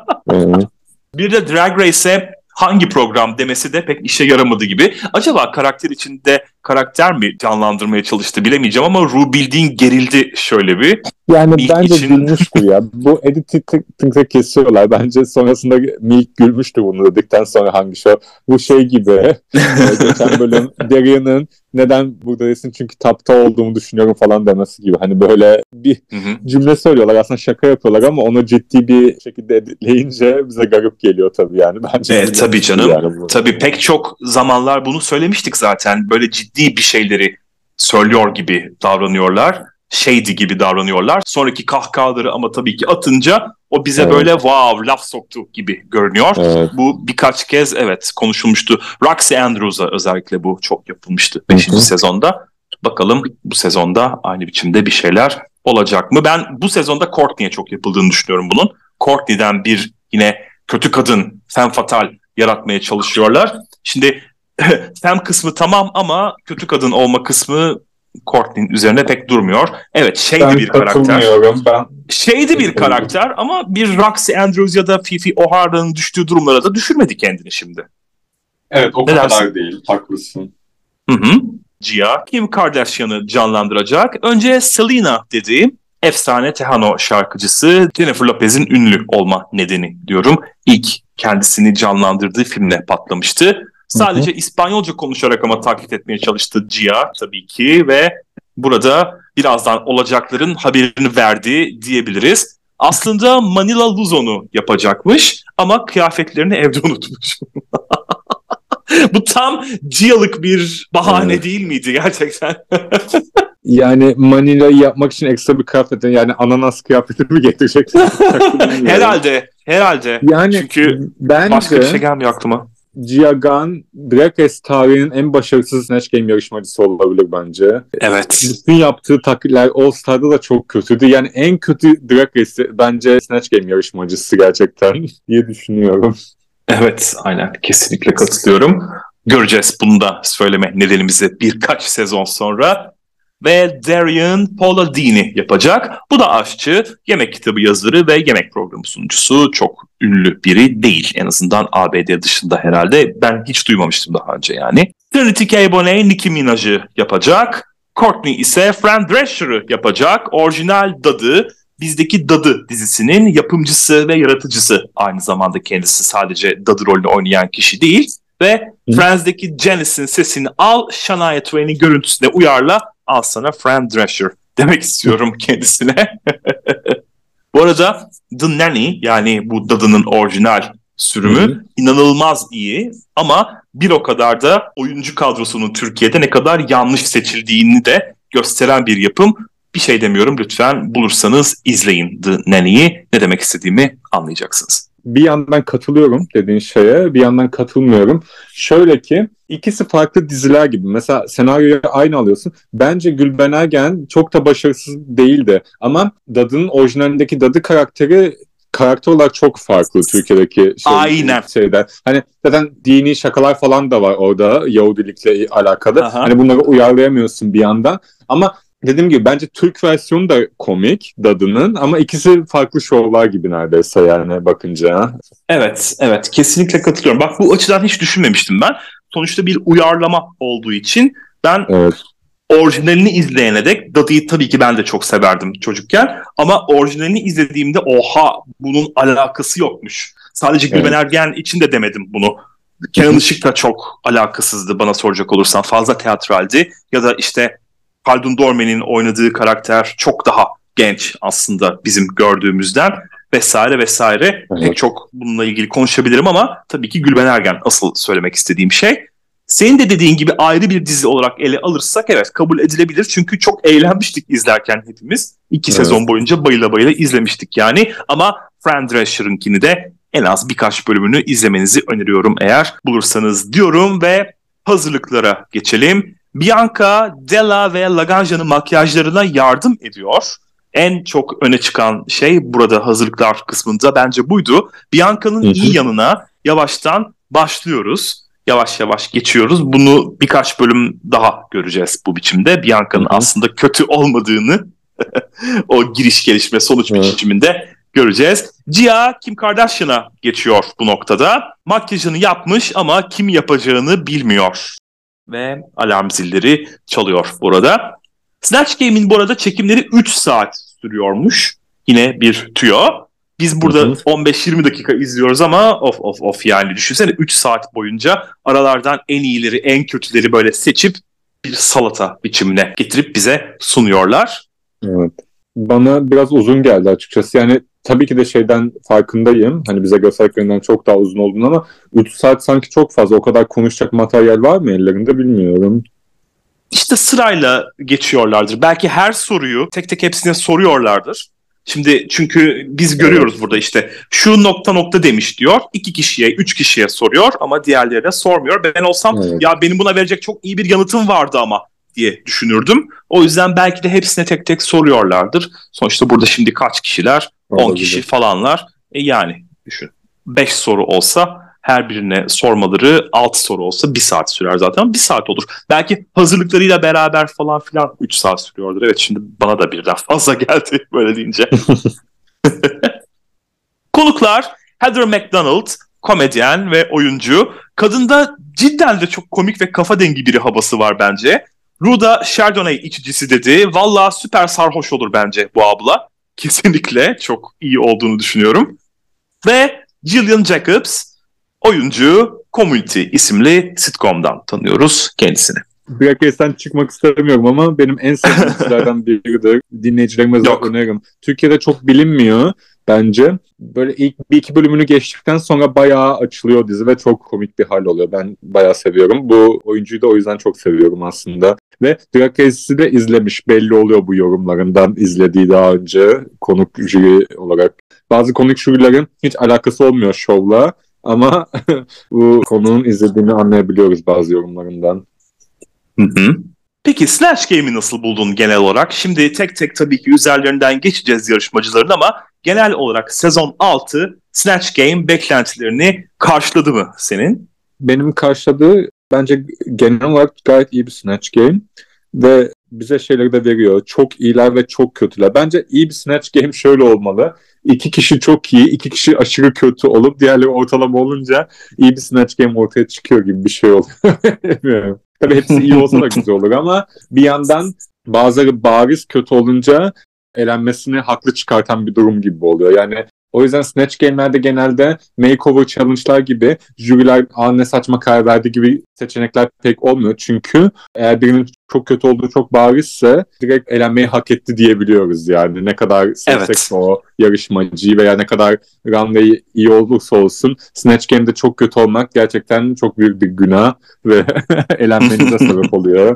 Bir de Drag Race'e hangi program demesi de pek işe yaramadı gibi. Acaba karakter içinde karakter mi canlandırmaya çalıştı bilemeyeceğim ama Ru bildiğin gerildi şöyle bir. Yani Milk bence için... gülmüştür ya. Bu editing'de kesiyorlar. Bence sonrasında Milk gülmüştür bunu dedikten sonra hangi show. Bu şey gibi. Geçen bölüm Darian'ın neden buradasın çünkü tapta olduğumu düşünüyorum falan demesi gibi. Hani böyle bir hı hı. cümle söylüyorlar. Aslında şaka yapıyorlar ama onu ciddi bir şekilde editleyince bize garip geliyor tabii yani. Bence evet tabii canım. Yani tabii pek çok zamanlar bunu söylemiştik zaten. Böyle ciddi bir şeyleri söylüyor gibi davranıyorlar. Shady gibi davranıyorlar. Sonraki kahkahaları ama tabii ki atınca o bize evet. böyle wow laf soktu gibi görünüyor. Evet. Bu birkaç kez evet konuşulmuştu. Roxy Andrews'a özellikle bu çok yapılmıştı beşinci sezonda. Bakalım bu sezonda aynı biçimde bir şeyler olacak mı? Ben bu sezonda Courtney'e çok yapıldığını düşünüyorum bunun. Courtney'den bir yine kötü kadın, femme fatale yaratmaya çalışıyorlar. Şimdi femme kısmı tamam ama kötü kadın olma kısmı Courtney'nin üzerine pek durmuyor. Evet, şeydi bir karakter. Ben şeydi bir karakter ama bir Roxy Andrews ya da Fifi O'Hara'nın düştüğü durumlara da düşürmedi kendini şimdi. Evet, o ne kadar dersin? Değil. Haklısın. Hı hı. Gia, Kim Kardashian'ı canlandıracak. Önce Selena dediğim efsane Tejano şarkıcısı Jennifer Lopez'in ünlü olma nedeni diyorum. İlk kendisini canlandırdığı filmle patlamıştı. Sadece hı hı. İspanyolca konuşarak ama taklit etmeye çalıştı Gia tabii ki ve burada birazdan olacakların haberini verdi diyebiliriz. Aslında Manila Luzon'u yapacakmış ama kıyafetlerini evde unutmuş. Bu tam Gia'lık bir bahane evet. değil miydi gerçekten? Yani Manila'yı yapmak için ekstra bir kıyafet, yani ananas kıyafeti mi getireceksin? herhalde, herhalde. Yani çünkü bence, başka bir şey gelmiyor aklıma. Gia Gunn, Drag Race tarihinin en başarısız Snatch Game yarışmacısı olabilir bence. Evet. Bütün yaptığı taklitler All Star'da da çok kötüydü. Yani en kötü Drag Race bence Snatch Game yarışmacısı gerçekten diye düşünüyorum. Evet, aynen. Kesinlikle katılıyorum. Göreceğiz bunu da söyleme nedenimizi birkaç sezon sonra. Ve Darian Pauladini yapacak. Bu da aşçı, yemek kitabı yazarı ve yemek programı sunucusu. Çok ünlü biri değil. En azından A B D dışında herhalde. Ben hiç duymamıştım daha önce yani. Trinity K. Bonet, Nicki Minaj'ı yapacak. Courtney ise Fran Drescher'ı yapacak. Orijinal Dadı, bizdeki Dadı dizisinin yapımcısı ve yaratıcısı. Aynı zamanda kendisi sadece Dadı rolünü oynayan kişi değil. Ve Friends'deki Janice'in sesini al, Shania Twain'in görüntüsüne uyarla, al sana Fran Drescher demek istiyorum kendisine. Bu arada The Nanny, yani bu Dadı'nın orijinal sürümü Hı-hı. inanılmaz iyi ama bir o kadar da oyuncu kadrosunun Türkiye'de ne kadar yanlış seçildiğini de gösteren bir yapım. Bir şey demiyorum, lütfen bulursanız izleyin The Nanny'yi. Ne demek istediğimi anlayacaksınız. Bir yandan katılıyorum dediğin şeye, bir yandan katılmıyorum. Şöyle ki, ikisi farklı diziler gibi. Mesela senaryoyu aynı alıyorsun. Bence Gülben Ergen çok da başarısız değildi. Ama Dadı'nın orijinalindeki Dadı karakteri karakter olarak çok farklı Türkiye'deki şey, Aynen. şeyden. Hani zaten dini şakalar falan da var orada Yahudilikle alakalı. Aha. Hani bunları uyarlayamıyorsun bir yandan. Ama dediğim gibi bence Türk versiyonu da komik Dadı'nın ama ikisi farklı şovlar gibi neredeyse yani bakınca. Evet, evet. Kesinlikle katılıyorum. Bak bu açıdan hiç düşünmemiştim ben. Sonuçta bir uyarlama olduğu için ben evet. orijinalini izleyene dek Dadı'yı tabii ki ben de çok severdim çocukken. Ama orijinalini izlediğimde oha bunun alakası yokmuş. Sadece Gülben evet. Ergen için de demedim bunu. Kenan Işık da çok alakasızdı bana soracak olursan. Fazla teatraldi. Ya da işte Haldun Dorme'nin oynadığı karakter çok daha genç aslında bizim gördüğümüzden vesaire vesaire. Evet. Pek çok bununla ilgili konuşabilirim ama tabii ki Gülben Ergen asıl söylemek istediğim şey. Senin de dediğin gibi ayrı bir dizi olarak ele alırsak evet kabul edilebilir. Çünkü çok eğlenmiştik izlerken hepimiz. İki evet. sezon boyunca bayıla bayıla izlemiştik yani. Ama Fran Drescher'ınkini de en az birkaç bölümünü izlemenizi öneriyorum eğer bulursanız diyorum ve hazırlıklara geçelim. Bianca, Della ve Laganja'nın makyajlarına yardım ediyor. En çok öne çıkan şey burada hazırlıklar kısmında bence buydu. Bianca'nın iyi yanına yavaştan başlıyoruz. Yavaş yavaş geçiyoruz. Bunu birkaç bölüm daha göreceğiz bu biçimde. Bianca'nın Hı-hı. aslında kötü olmadığını o giriş gelişme sonuç evet. biçiminde göreceğiz. Gia, Kim Kardashian'a geçiyor bu noktada. Makyajını yapmış ama kim yapacağını bilmiyor. Ve alarm zilleri çalıyor burada. Snatch Game'in bu arada çekimleri üç saat sürüyormuş. Yine bir tüyo. Biz burada hı hı. on beş yirmi dakika izliyoruz ama of of of yani düşünsene üç saat boyunca aralardan en iyileri en kötüleri böyle seçip bir salata biçimine getirip bize sunuyorlar. Evet. Bana biraz uzun geldi açıkçası. Yani tabii ki de şeyden farkındayım. Hani bize gösterdiklerinden çok daha uzun olduğunu ama üç saat sanki çok fazla. O kadar konuşacak materyal var mı ellerinde bilmiyorum. İşte sırayla geçiyorlardır. Belki her soruyu tek tek hepsine soruyorlardır. Şimdi çünkü biz görüyoruz evet. burada işte şu nokta nokta demiş diyor. İki kişiye, üç kişiye soruyor ama diğerlerine sormuyor. Ben olsam evet. ya benim buna verecek çok iyi bir yanıtım vardı ama diye düşünürdüm. O yüzden belki de hepsine tek tek soruyorlardır. Sonuçta burada şimdi kaç kişiler? on kişi falanlar. E yani düşün. beş soru olsa her birine sormaları altı soru olsa bir saat sürer zaten. Bir saat olur. Belki hazırlıklarıyla beraber falan filan üç saat sürüyordur. Evet şimdi bana da birden fazla geldi böyle deyince. Konuklar Heather McDonald, komedyen ve oyuncu. Kadında cidden de çok komik ve kafa dengi biri havası var bence. Ruda Chardonnay içicisi dedi. Vallahi süper sarhoş olur bence bu abla. Kesinlikle çok iyi olduğunu düşünüyorum. Ve Gillian Jacobs, oyuncu, Community isimli sitcom'dan tanıyoruz kendisini. Drag Race'den çıkmak istemiyorum ama benim en sevdiğim dizilerden biridir. Dinleyicilerime zaten öneririm. Türkiye'de çok bilinmiyor bence. Böyle ilk bir iki bölümünü geçtikten sonra bayağı açılıyor dizi ve çok komik bir hal oluyor. Ben bayağı seviyorum. Bu oyuncuyu da o yüzden çok seviyorum aslında. Ve Drag Race'i de izlemiş. Belli oluyor bu yorumlarından izlediği daha önce konuk jüri olarak. Bazı konuk jürilerin hiç alakası olmuyor şovla. Ama bu konunun izlediğini anlayabiliyoruz bazı yorumlarından. Hı hı. Peki Snatch Game'i nasıl buldun genel olarak? Şimdi tek tek tabii ki üzerlerinden geçeceğiz yarışmacıların ama genel olarak sezon altı Snatch Game beklentilerini karşıladı mı senin? Benim karşıladığı bence genel olarak gayet iyi bir Snatch Game ve bize şeyleri de veriyor. Çok iyiler ve çok kötüler. Bence iyi bir Snatch Game şöyle olmalı. İki kişi çok iyi, iki kişi aşırı kötü olup diğerleri ortalama olunca iyi bir Snatch Game ortaya çıkıyor gibi bir şey oluyor. Bilmiyorum. Tabii hepsi iyi olsa da güzel olur ama bir yandan bazıları bariz kötü olunca elenmesini haklı çıkartan bir durum gibi oluyor. Yani o yüzden Snatch Game'lerde genelde makeover challenge'lar gibi jüriler aa ne saçma karar verdi gibi seçenekler pek olmuyor. Çünkü eğer birinin çok kötü olduğu çok barizse direkt elenmeyi hak etti diyebiliyoruz yani. Ne kadar sevsek Evet. o yarışmacıyı veya ne kadar runway iyi olursa olsun Snatch Game'de çok kötü olmak gerçekten çok büyük bir günah ve elenmenize sebep oluyor.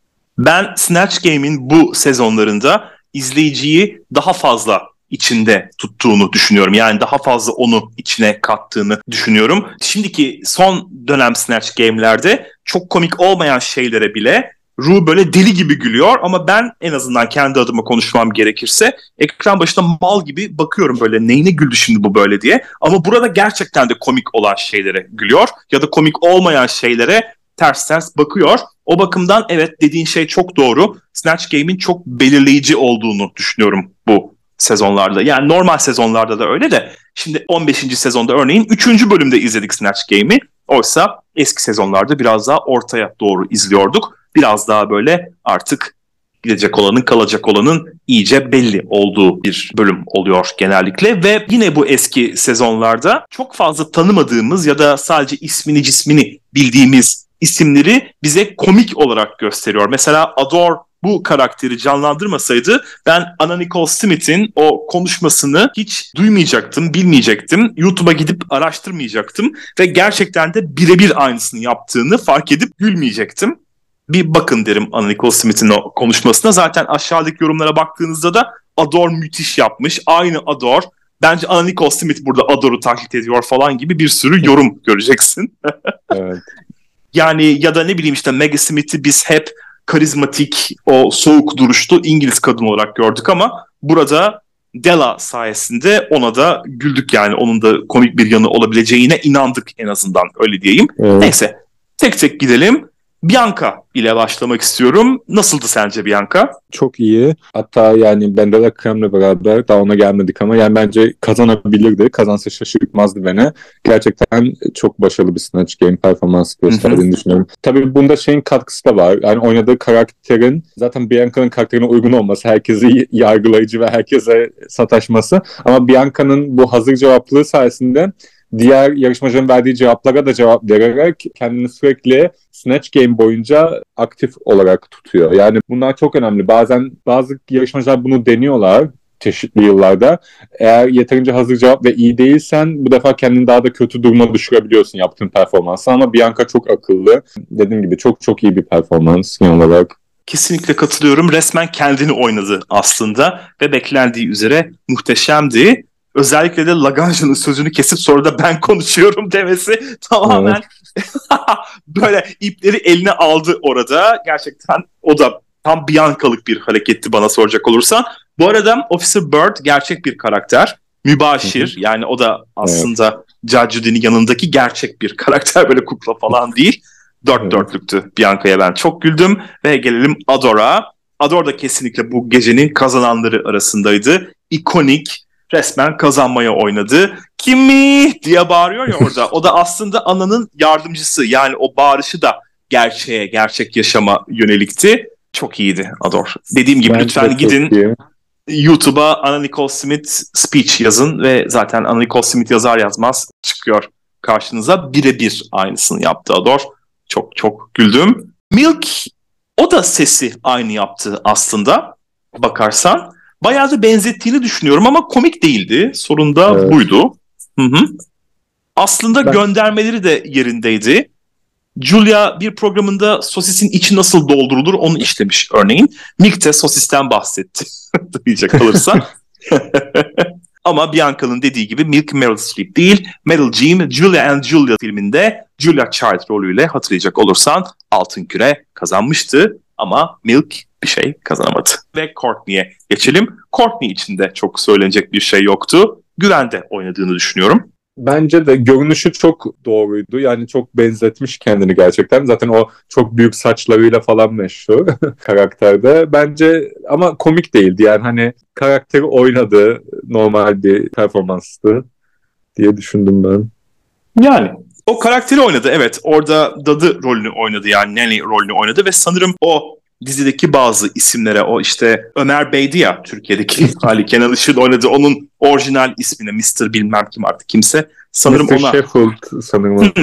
Ben Snatch Game'in bu sezonlarında izleyiciyi daha fazla içinde tuttuğunu düşünüyorum. Yani daha fazla onu içine kattığını düşünüyorum. Şimdiki son dönem Snatch Game'lerde çok komik olmayan şeylere bile Ru böyle deli gibi gülüyor ama ben en azından kendi adıma konuşmam gerekirse ekran başında mal gibi bakıyorum böyle neyine güldü şimdi bu böyle diye. Ama burada gerçekten de komik olan şeylere gülüyor ya da komik olmayan şeylere ters ters bakıyor. O bakımdan evet dediğin şey çok doğru. Snatch Game'in çok belirleyici olduğunu düşünüyorum bu sezonlarda. Yani normal sezonlarda da öyle de şimdi on beşinci sezonda örneğin üçüncü bölümde izledik Snatch Game'i. Oysa eski sezonlarda biraz daha ortaya doğru izliyorduk. Biraz daha böyle artık gidecek olanın kalacak olanın iyice belli olduğu bir bölüm oluyor genellikle. Ve yine bu eski sezonlarda çok fazla tanımadığımız ya da sadece ismini cismini bildiğimiz isimleri bize komik olarak gösteriyor. Mesela Adore bu karakteri canlandırmasaydı ben Anna Nicole Smith'in o konuşmasını hiç duymayacaktım, bilmeyecektim. YouTube'a gidip araştırmayacaktım ve gerçekten de birebir aynısını yaptığını fark edip gülmeyecektim. Bir bakın derim Anna Nicole Smith'in o konuşmasına. Zaten aşağıdaki yorumlara baktığınızda da Adore müthiş yapmış. Aynı Adore. Bence Anna Nicole Smith burada Adore'u taklit ediyor falan gibi bir sürü yorum göreceksin. Evet. Yani ya da ne bileyim işte Maggie Smith'i biz hep karizmatik, o soğuk duruşlu İngiliz kadın olarak gördük ama burada Della sayesinde ona da güldük yani. Onun da komik bir yanı olabileceğine inandık en azından öyle diyeyim. Evet. Neyse tek tek gidelim. Bianca ile başlamak istiyorum. Nasıldı sence Bianca? Çok iyi. Hatta yani Bendela Krem'le beraber daha ona gelmedik ama yani bence kazanabilirdi. Kazansa şaşırtmazdı beni. Gerçekten çok başarılı bir Snatch Game performansı gösterdiğini düşünüyorum. Tabii bunda şeyin katkısı da var. Yani oynadığı karakterin zaten Bianca'nın karakterine uygun olması, herkesi yargılayıcı ve herkese sataşması. Ama Bianca'nın bu hazır cevaplığı sayesinde diğer yarışmacıların verdiği cevaplara da cevap vererek kendini sürekli Snatch Game boyunca aktif olarak tutuyor. Yani bunlar çok önemli. Bazen bazı yarışmacılar bunu deniyorlar çeşitli yıllarda. Eğer yeterince hazır cevap ve iyi değilsen bu defa kendini daha da kötü duruma düşürebiliyorsun yaptığın performansı. Ama Bianca çok akıllı. Dediğim gibi çok çok iyi bir performans genel olarak. Kesinlikle katılıyorum. Resmen kendini oynadı aslında ve beklendiği üzere muhteşemdi. Özellikle de Lagrange'ın sözünü kesip sonra da ben konuşuyorum demesi tamamen evet. Böyle ipleri eline aldı orada. Gerçekten o da tam Bianca'lık bir hareketti bana soracak olursan. Bu arada Officer Bird gerçek bir karakter. Mübaşir. Yani o da aslında evet. Judge Judy'nin yanındaki gerçek bir karakter. Böyle kukla falan değil. Dört evet. dörtlüktü Bianca'ya, ben çok güldüm. Ve gelelim Adore'a. Adore da kesinlikle bu gecenin kazananları arasındaydı. İkonik. Resmen kazanmaya oynadı. Kimi diye bağırıyor ya orada. O da aslında Anna'nın yardımcısı. Yani o bağırışı da gerçeğe, gerçek yaşama yönelikti. Çok iyiydi Adore. Dediğim gibi ben lütfen gidin YouTube'a Anna Nicole Smith speech yazın ve zaten Anna Nicole Smith yazar yazmaz çıkıyor karşınıza. Birebir aynısını yaptı Adore. Çok çok güldüm. Milk, o da sesi aynı yaptı aslında bakarsan. Bayağı da benzettiğini düşünüyorum ama komik değildi. Sorun da evet. buydu. Hı hı. Aslında ben... göndermeleri de yerindeydi. Julia bir programında sosisin içi nasıl doldurulur onu işlemiş örneğin. Milk de sosisten bahsetti diyecek olursa. Ama Bianca'nın dediği gibi Milk Meryl Streep değil, Meryl Jean, Julia and Julia filminde Julia Child rolüyle hatırlayacak olursan Altın Küre kazanmıştı ama Milk bir şey kazanamadı. Ve Courtney'e geçelim. Courtney için de çok söylenecek bir şey yoktu. Güvende oynadığını düşünüyorum. Bence de görünüşü çok doğruydu. Yani çok benzetmiş kendini gerçekten. Zaten o çok büyük saçlarıyla falan meşhur karakterde. Bence ama komik değildi. Yani hani karakteri oynadı. Normal bir performanstı diye düşündüm ben. Yani o karakteri oynadı, evet. Orada dadı rolünü oynadı, yani Nanny rolünü oynadı ve sanırım o dizideki bazı isimlere, o işte Ömer Bey'di ya Türkiye'deki hali, Kenan Işık'ın oynadığı, onun orijinal ismine mister bilmem kim artık kimse. Sanırım mister ona Sheffield sanırım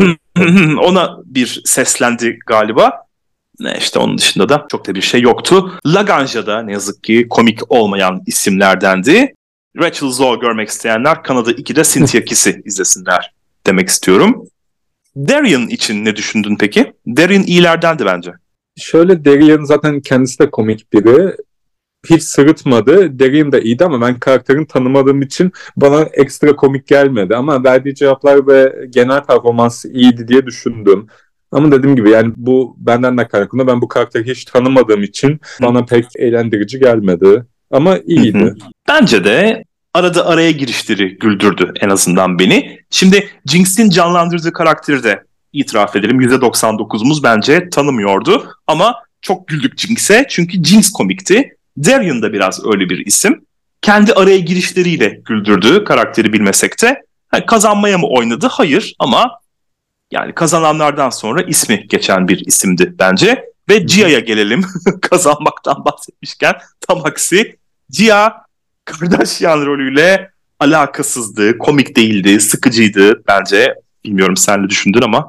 ona bir seslendi galiba. Ne işte, onun dışında da çok da bir şey yoktu. Laganja'da ne yazık ki komik olmayan isimlerdendi. Rachel Zoe görmek isteyenler Kanada iki'de Cynthia Kiss'i izlesinler demek istiyorum. Darian için ne düşündün peki? Darian iyilerdendi bence. Şöyle, Darian zaten kendisi de komik biri. Hiç sırıtmadı. Darian da iyiydi ama ben karakterini tanımadığım için bana ekstra komik gelmedi. Ama verdiği cevaplar ve genel performansı iyiydi diye düşündüm. Ama dediğim gibi yani bu benden de kaynaklı. Ben bu karakteri hiç tanımadığım için bana pek eğlendirici gelmedi. Ama iyiydi. Bence de arada araya girişleri güldürdü en azından beni. Şimdi Jinx'in canlandırdığı karakteri de itiraf edelim, yüzde doksan dokuzumuz bence tanımıyordu. Ama çok güldük Jinx'e çünkü Jinx komikti. Darian da biraz öyle bir isim. Kendi araya girişleriyle güldürdü, karakteri bilmesek de. Yani kazanmaya mı oynadı? Hayır, ama yani kazananlardan sonra ismi geçen bir isimdi bence. Ve Gia'ya gelelim. Kazanmaktan bahsetmişken tam aksi. Gia Kardashian rolüyle alakasızdı, komik değildi, sıkıcıydı bence. Bilmiyorum sen ne düşündün ama.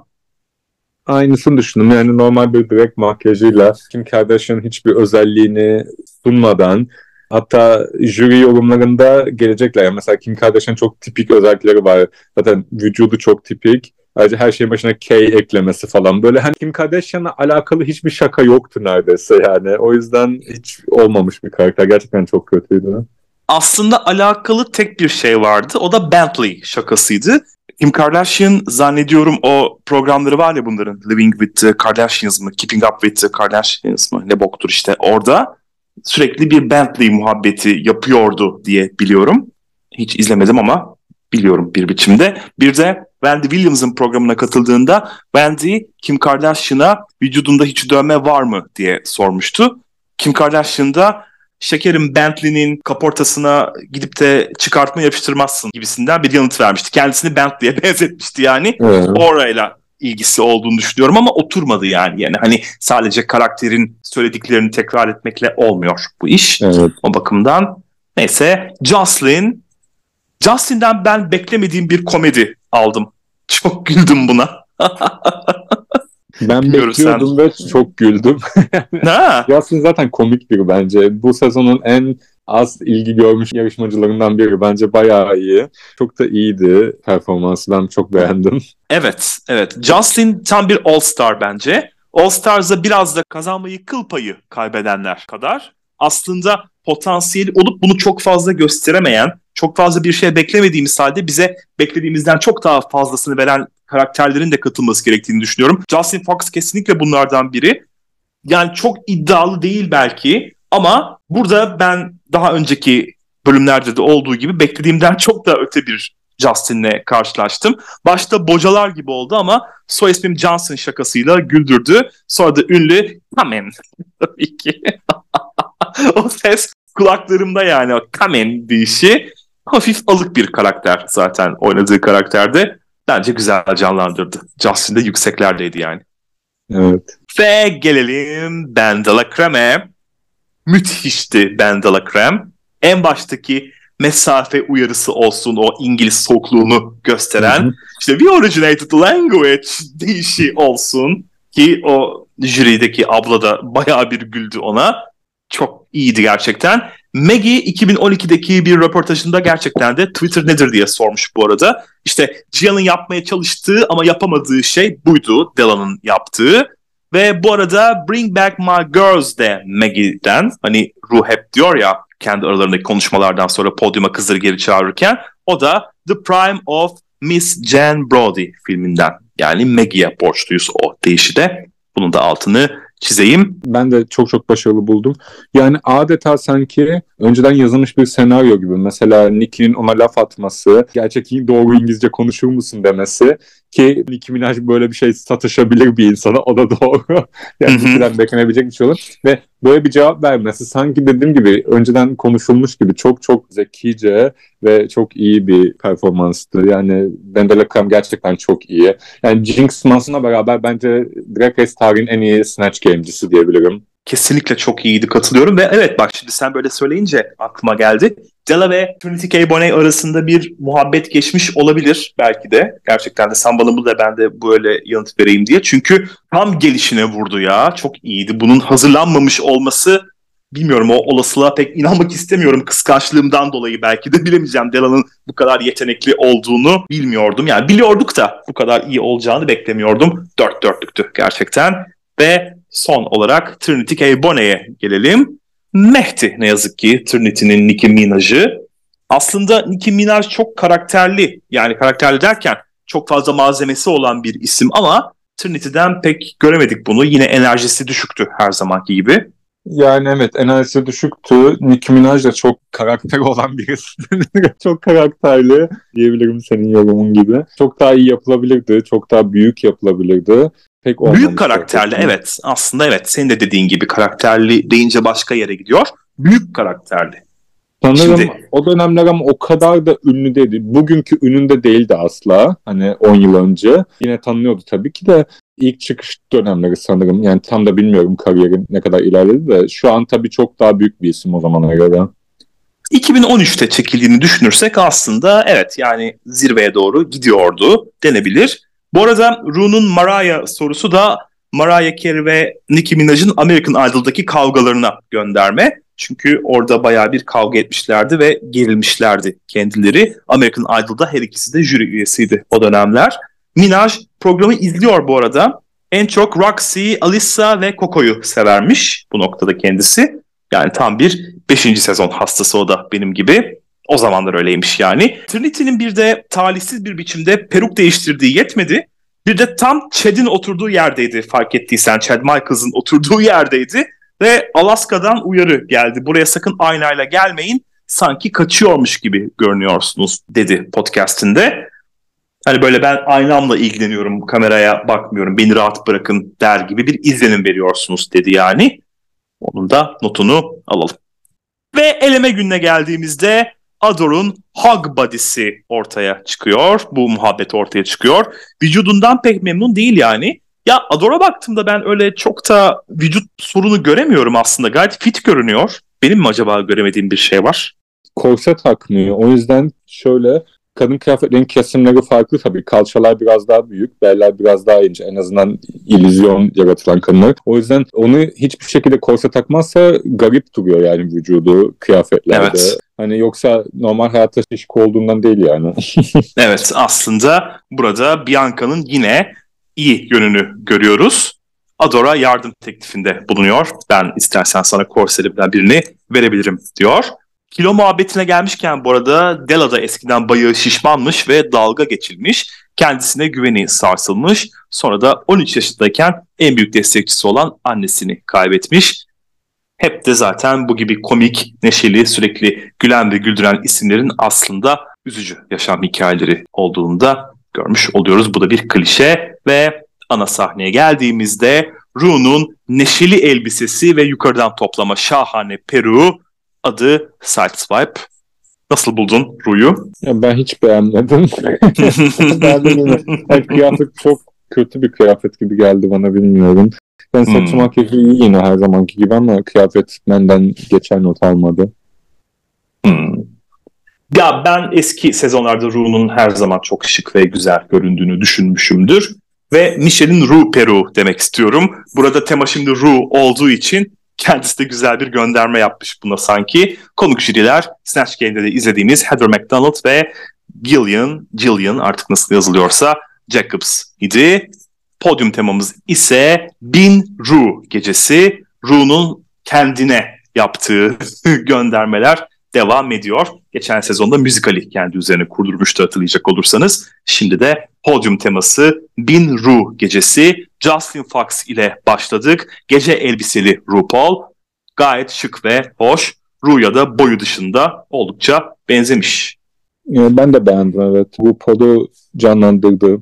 Aynısını düşündüm. Yani normal bir direkt makyajıyla Kim Kardashian'ın hiçbir özelliğini sunmadan, hatta jüri yorumlarında gelecekler. Yani mesela Kim Kardashian'ın çok tipik özellikleri var. Zaten vücudu çok tipik. Ayrıca her şeyin başına K eklemesi falan. Böyle hani Kim Kardashian'la alakalı hiçbir şaka yoktu neredeyse yani. O yüzden hiç olmamış bir karakter. Gerçekten çok kötüydü. Aslında alakalı tek bir şey vardı. O da Bentley şakasıydı. Kim Kardashian zannediyorum, o programları var ya bunların, Living with the Kardashians mı, Keeping Up with the Kardashians mı, ne boktur işte, orada sürekli bir Bentley muhabbeti yapıyordu diye biliyorum. Hiç izlemedim ama biliyorum bir biçimde. Bir de Wendy Williams'ın programına katıldığında Wendy Kim Kardashian'a vücudunda hiç dövme var mı diye sormuştu. Kim Kardashian da şekerim Bentley'nin kaportasına gidip de çıkartma yapıştırmazsın gibisinden bir yanıt vermişti. Kendisini Bentley'e benzetmişti yani. Evet. Orayla ilgisi olduğunu düşünüyorum ama oturmadı yani. Yani hani sadece karakterin söylediklerini tekrar etmekle olmuyor bu iş. Evet. O bakımdan neyse, Jocelyn. Jocelyn'den ben beklemediğim bir komedi aldım. Çok güldüm buna. Ben Bilmiyorum bekliyordum sen. Ve çok güldüm. Jocelyn zaten komik biri bence. Bu sezonun en az ilgi görmüş yarışmacılarından biri. Bence bayağı iyi. Çok da iyiydi performansı. Ben çok beğendim. Evet, evet. Jocelyn tam bir All-Star bence. All-Stars'da biraz da kazanmayı kıl payı kaybedenler kadar aslında potansiyeli olup bunu çok fazla gösteremeyen, çok fazla bir şey beklemediğimiz halde bize beklediğimizden çok daha fazlasını veren karakterlerin de katılması gerektiğini düşünüyorum. Justin Fox kesinlikle bunlardan biri. Yani çok iddialı değil belki ama burada ben daha önceki bölümlerde de olduğu gibi beklediğimden çok daha öte bir Justin'le karşılaştım. Başta bocalar gibi oldu ama soy ismim Johnson şakasıyla güldürdü. Sonra da ünlü Kamen tabii ki. O ses kulaklarımda yani, o Kamen deyişi. Hafif alık bir karakter zaten oynadığı karakterde. Bence güzel canlandırdı. Justin de yükseklerdeydi yani. Evet. Ve gelelim Ben de la Crème'e. Müthişti Ben de la Crème. En baştaki mesafe uyarısı olsun, o İngiliz soğukluğunu gösteren, hı hı. işte we originated language deyişi olsun ki o jürideki abla da bayağı bir güldü ona. Çok iyiydi gerçekten. Maggie iki bin on ikideki bir röportajında gerçekten de Twitter nedir diye sormuş bu arada. İşte Gia'nın yapmaya çalıştığı ama yapamadığı şey buydu, Dela'nın yaptığı. Ve bu arada Bring Back My Girls de Maggie'den, hani Ru hep diyor ya kendi aralarındaki konuşmalardan sonra podyuma kızları geri çağırırken. O da The Prime of Miss Jan Brody filminden. Yani Maggie'ye borçluyuz o deyişi de. Bunun da altını çizeyim. Ben de çok çok başarılı buldum. Yani adeta sanki önceden yazılmış bir senaryo gibi. Mesela Nicki'nin ona laf atması, gerçek doğru İngilizce konuşur musun demesi ki Nicki Minaj böyle bir şey satışabilir bir insana. O da doğru. Yani Nicki'den beklenebilecek bir şey olur. Ve böyle bir cevap vermesi sanki dediğim gibi önceden konuşulmuş gibi çok çok zekice ve çok iyi bir performanstı. Yani Wendell Crumb gerçekten çok iyi. Yani Jinx Monson'la beraber bence Drag Race tarihinin en iyi Snatch Game'cisi diyebilirim. Kesinlikle çok iyiydi, katılıyorum ve evet bak şimdi sen böyle söyleyince aklıma geldi. Della ve Trinity K. Bonet arasında bir muhabbet geçmiş olabilir belki de. Gerçekten de sen bana bu da ben de böyle yanıt vereyim diye. Çünkü tam gelişine vurdu ya. Çok iyiydi. Bunun hazırlanmamış olması bilmiyorum, o olasılığa pek inanmak istemiyorum. Kıskançlığımdan dolayı belki de bilemeyeceğim. Della'nın bu kadar yetenekli olduğunu bilmiyordum. Yani biliyorduk da bu kadar iyi olacağını beklemiyordum. Dört dörtlüktü gerçekten. Ve son olarak Trinity K. Bonet'e gelelim. Mehdi ne yazık ki Trinity'nin Nicki Minaj'ı. Aslında Nicki Minaj çok karakterli, yani karakterli derken çok fazla malzemesi olan bir isim ama Trinity'den pek göremedik bunu. Yine enerjisi düşüktü her zamanki gibi. Yani evet, enerjisi düşüktü. Nicki Minaj da çok karakteri olan birisi. Çok karakterli diyebilirim senin yorumun gibi. Çok daha iyi yapılabilirdi. Çok daha büyük yapılabilirdi. Pek büyük karakterli, evet. Aslında evet, senin de dediğin gibi karakterli deyince başka yere gidiyor. Büyük karakterli. Sanırım Şimdi, o dönemler ama o kadar da ünlü değildi. Bugünkü ününde değildi asla. Hani on yıl önce. Yine tanınıyordu tabii ki de. İlk çıkış dönemleri sanırım. Yani tam da bilmiyorum kariyerin ne kadar ilerledi de. Şu an tabii çok daha büyük bir isim o zamana göre. iki bin on üçte çekildiğini düşünürsek aslında evet, yani zirveye doğru gidiyordu denebilir. Bu arada Ru'nun Mariah sorusu da Mariah Carey ve Nicki Minaj'ın American Idol'daki kavgalarına gönderme. Çünkü orada bayağı bir kavga etmişlerdi ve gerilmişlerdi kendileri. American Idol'da her ikisi de jüri üyesiydi o dönemler. Minaj programı izliyor bu arada. En çok Roxy, Alyssa ve Coco'yu severmiş bu noktada kendisi. Yani tam bir beşinci sezon hastası o da benim gibi. O zamanlar öyleymiş yani. Trinity'nin bir de talihsiz bir biçimde peruk değiştirdiği yetmedi. Bir de tam Chad'in oturduğu yerdeydi, fark ettiysen. Chad Michaels'ın oturduğu yerdeydi. Ve Alaska'dan uyarı geldi. Buraya sakın aynayla gelmeyin. Sanki kaçıyormuş gibi görünüyorsunuz dedi podcastinde. Hani böyle ben aynamla ilgileniyorum, kameraya bakmıyorum, beni rahat bırakın der gibi bir izlenim veriyorsunuz dedi yani. Onun da notunu alalım. Ve eleme gününe geldiğimizde Ador'un Hug Body'si ortaya çıkıyor. Bu muhabbet ortaya çıkıyor. Vücudundan pek memnun değil yani. Ya Ador'a baktığımda ben öyle çok da vücut sorunu göremiyorum aslında. Gayet fit görünüyor. Benim mi acaba göremediğim bir şey var? Korset takmıyor. O yüzden şöyle, kadın kıyafetlerinin kesimleri farklı tabii. Kalçalar biraz daha büyük, beller biraz daha ince. En azından illüzyon yaratılan kadınlar. O yüzden onu hiçbir şekilde korset takmazsa garip duruyor yani vücudu kıyafetlerde. Evet. Hani yoksa normal hayatta şişko olduğundan değil yani. Evet, aslında burada Bianca'nın yine iyi yönünü görüyoruz. Ador'a yardım teklifinde bulunuyor. Ben istersen sana korselerimden birini verebilirim diyor. Kilo muhabbetine gelmişken bu arada Della da eskiden bayağı şişmanmış ve dalga geçilmiş. Kendisine güveni sarsılmış. Sonra da on üç yaşındayken en büyük destekçisi olan annesini kaybetmiş. Hep de zaten bu gibi komik, neşeli, sürekli gülen ve güldüren isimlerin aslında üzücü yaşam hikayeleri olduğunu da görmüş oluyoruz. Bu da bir klişe ve ana sahneye geldiğimizde Ru'nun neşeli elbisesi ve yukarıdan toplama şahane peruğu, adı Sideswipe. Nasıl buldun Ru'yu? Ya ben hiç beğenmedim. yani kıyafet çok kötü bir kıyafet gibi geldi bana, bilmiyorum. Ben saçı hmm. makyajı iyi yine her zamanki gibi ama kıyafet benden geçen not almadı. Hmm. Ya ben eski sezonlarda Ru'nun her zaman çok şık ve güzel göründüğünü düşünmüşümdür. Ve Michelle'in Ru peruğu demek istiyorum. Burada tema şimdi Ru olduğu için kendisi de güzel bir gönderme yapmış buna sanki. Konuk jüriler Snatch Game'de de izlediğimiz Heather McDonald ve Gillian, Gillian artık nasıl yazılıyorsa Jacobs idi. Podyum temamız ise Bin Ru gecesi. Ru'nun kendine yaptığı göndermeler devam ediyor. Geçen sezonda müzikali kendi üzerine kurdurmuştu hatırlayacak olursanız. Şimdi de podyum teması Bin Ru gecesi Justin Fox ile başladık. Gece elbiseli RuPaul gayet şık ve hoş. Ru'ya da boyu dışında oldukça benzemiş. Ben de beğendim, evet. RuPaul'u canlandırdı.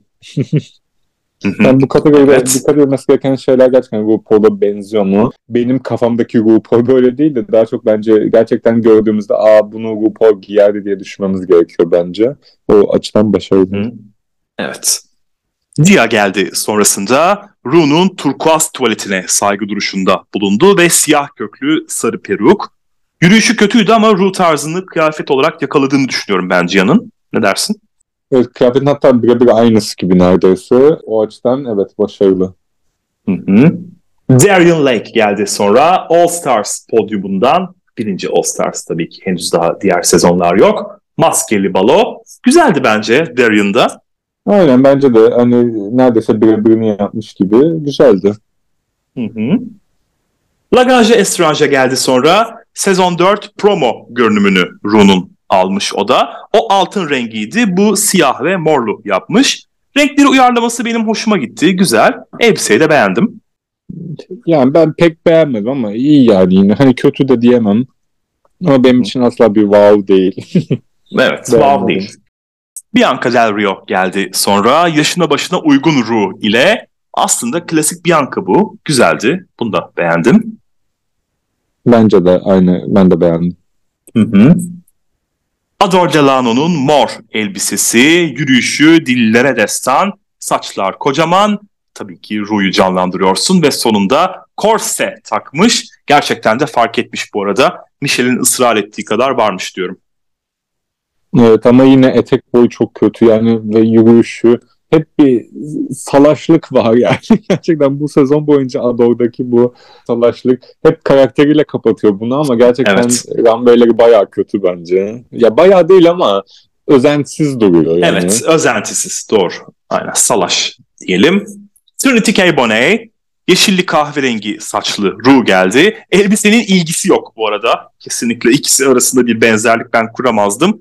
Yani bu kategoride evet. Dikkat edilmesi gereken şeyler gerçekten RuPaul'a benziyor mu? Benim kafamdaki RuPaul böyle değil de daha çok bence gerçekten gördüğümüzde aa bunu RuPaul giyerdi diye düşünmemiz gerekiyor bence. O açıdan başarılı. Hı. Evet. Dia geldi sonrasında Ru'nun turkuaz tuvaletine saygı duruşunda bulundu ve siyah köklü sarı peruk. Yürüyüşü kötüydü ama Ru tarzını kıyafet olarak yakaladığını düşünüyorum ben Dia'nın. Ne dersin? Evet, kıyafetin hatta birebir aynısı gibi neredeyse. O açıdan evet başarılı. Hı hı. Darian Lake geldi sonra All Stars podyumundan. Birinci All Stars tabii ki henüz daha diğer sezonlar yok. Maskeli balo. Güzeldi bence Darian'da. Aynen bence de hani neredeyse birebirini yapmış gibi güzeldi. Hı hı. Lagrange Estrange geldi sonra sezon dört promo görünümünü Ru'nun almış o da. O altın rengiydi. Bu siyah ve morlu yapmış. Renkleri uyarlaması benim hoşuma gitti. Güzel. Elbiseyi de beğendim. Yani ben pek beğenmedim ama iyi yani yine. Hani kötü de diyemem. Ama benim için asla bir wow değil. Evet, wow değil. Bianca Del Rio geldi sonra. Yaşına başına uygun Ru ile aslında klasik Bianca bu. Güzeldi. Bunu da beğendim. Bence de aynı. Ben de beğendim. Hı hı. Adore Delano'nun mor elbisesi, yürüyüşü dillere destan, saçlar kocaman. Tabii ki Ru'yu canlandırıyorsun ve sonunda korse takmış. Gerçekten de fark etmiş bu arada. Michelle'in ısrar ettiği kadar varmış diyorum. Evet ama yine etek boyu çok kötü yani ve yürüyüşü. Hep bir salaşlık var yani. Gerçekten bu sezon boyunca Adore'daki bu salaşlık hep karakteriyle kapatıyor bunu ama gerçekten evet. Runway'leri bayağı kötü bence. Ya bayağı değil ama özentisiz duruyor yani. Evet, özentisiz. Doğru. Aynen. Salaş diyelim. Trinity K. Bonet, yeşilli kahverengi saçlı Ru geldi. Elbisenin ilgisi yok bu arada. Kesinlikle ikisi arasında bir benzerlik ben kuramazdım.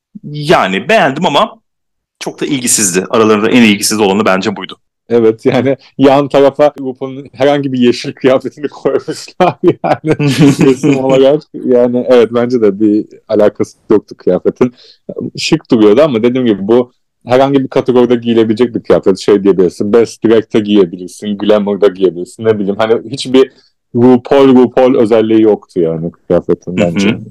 Yani beğendim ama çok da ilgisizdi. Aralarında en ilgisiz olanı bence buydu. Evet yani yan tarafa RuPaul'un herhangi bir yeşil kıyafetini koymuşlar yani resim olarak. Yani evet bence de bir alakası yoktu kıyafetin. Şık duruyordu ama dediğim gibi bu herhangi bir kategoride giyilebilecek bir kıyafet. Şey diyebilirsin, Best Direct'te giyebilirsin, Glamour'da giyebilirsin, ne bileyim. Hani hiçbir RuPaul RuPaul özelliği yoktu yani kıyafetin bence. Hı hı.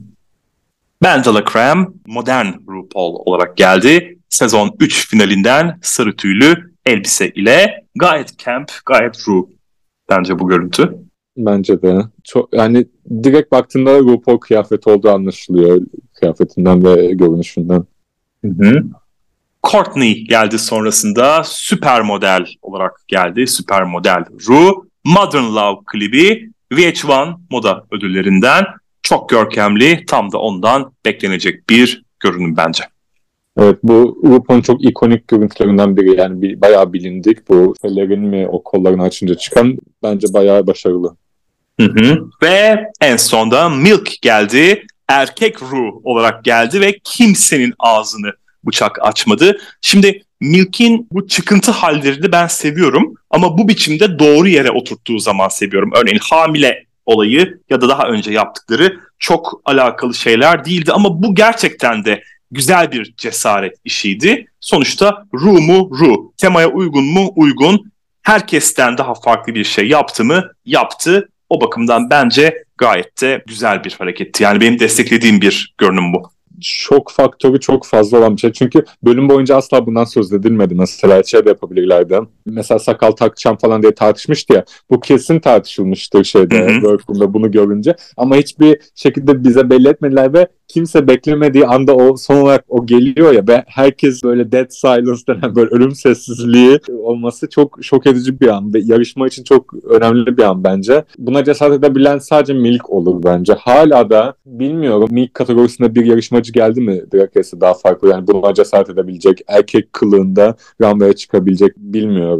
Ben de La Creme modern RuPaul olarak geldi. Sezon üç finalinden sarı tüylü elbise ile gayet camp, gayet Ru bence bu görüntü. Bence de. Çok, yani direkt baktığında RuPaul kıyafeti olduğu anlaşılıyor kıyafetinden ve görünüşünden. Hı hı. Courtney geldi sonrasında süper model olarak geldi. Süper model Ru. Modern Love klibi V H bir moda ödüllerinden çok görkemli, tam da ondan beklenecek bir görünüm bence. Evet, bu RuPaul'un çok ikonik görüntülerinden biri. Yani bir, bayağı bilindik. Bu fellerin mi o kollarını açınca çıkan bence bayağı başarılı. Hı hı. Ve en sonda Milk geldi. Erkek Ru olarak geldi ve kimsenin ağzını bıçak açmadı. Şimdi Milk'in bu çıkıntı hallerini ben seviyorum ama bu biçimde doğru yere oturttuğu zaman seviyorum. Örneğin hamile olayı ya da daha önce yaptıkları çok alakalı şeyler değildi ama bu gerçekten de güzel bir cesaret işiydi. Sonuçta Ru mu Ru, temaya uygun mu uygun, herkesten daha farklı bir şey yaptı mı yaptı. O bakımdan bence gayet de güzel bir hareketti. Yani benim desteklediğim bir görünüm bu. Şok faktörü çok fazla olan bir şey. Çünkü bölüm boyunca asla bundan söz edilmedi. Mesela şey de yapabilirlerdi. Mesela sakal takacağım falan diye tartışmıştı ya. Bu kesin tartışılmıştır şeyde, workroom'da bunu görünce. Ama hiçbir şekilde bize belli etmediler ve kimse beklemediği anda o son olarak o geliyor ya ve herkes böyle dead silence denen böyle ölüm sessizliği olması çok şok edici bir an ve yarışma için çok önemli bir an bence. Buna cesaret edebilen sadece Milk olur bence. Hala da bilmiyorum Milk kategorisinde bir yarışmacı geldi mi Drag Race'e daha farklı yani buna cesaret edebilecek, erkek kılığında runway'e çıkabilecek bilmiyorum.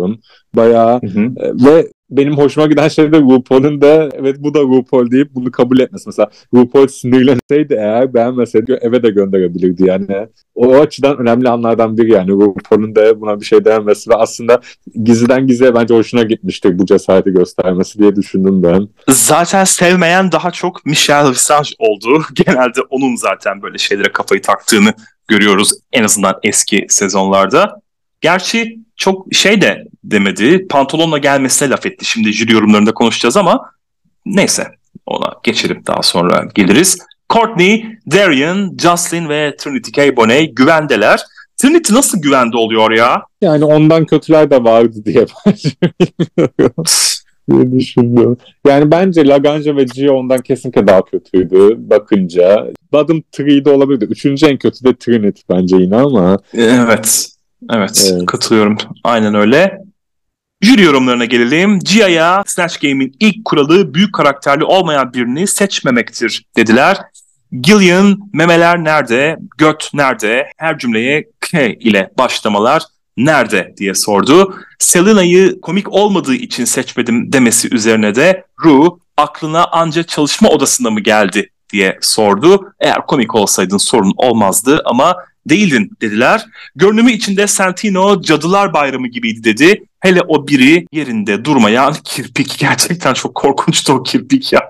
Bayağı Hı hı. e, ve benim hoşuma giden şey de RuPaul'un da evet bu da RuPaul deyip bunu kabul etmesi. Mesela RuPaul sinirlenseydi eğer beğenmeseydi eve de gönderebilirdi yani. O açıdan önemli anlardan biri yani RuPaul'un da buna bir şey dememesi ve aslında gizliden gizliye bence hoşuna gitmiştir bu cesareti göstermesi diye düşündüm ben. Zaten sevmeyen daha çok Michelle Visage oldu. Genelde onun zaten böyle şeylere kafayı taktığını görüyoruz en azından eski sezonlarda. Gerçi çok şey de demedi. Pantolonla gelmesine laf etti. Şimdi jüri yorumlarında konuşacağız ama neyse ona geçelim, daha sonra geliriz. Courtney, Darian, Jocelyn ve Trinity K. Bonet güvendeler. Trinity nasıl güvende oluyor ya? Yani ondan kötüler de vardı diye bence bilmiyorum diye düşündüm. Yani bence Laganja ve Gia ondan kesinlikle daha kötüydü bakınca. Bottom üç'de olabilirdi. Üçüncü en kötü de Trinity bence yine ama. Evet. Evet, Evet. katılıyorum. Aynen öyle. Jüri yorumlarına gelelim. Gia'ya Snatch Game'in ilk kuralı büyük karakterli olmayan birini seçmemektir dediler. Gillian memeler nerede, göt nerede, her cümleye K ile başlamalar nerede diye sordu. Selena'yı komik olmadığı için seçmedim demesi üzerine de Ru aklına anca çalışma odasında mı geldi diye sordu. Eğer komik olsaydın sorun olmazdı ama değildin dediler. Görünümü içinde Santino Cadılar Bayramı gibiydi dedi. Hele o biri yerinde durmayan kirpik. Gerçekten çok korkunçtu o kirpik ya.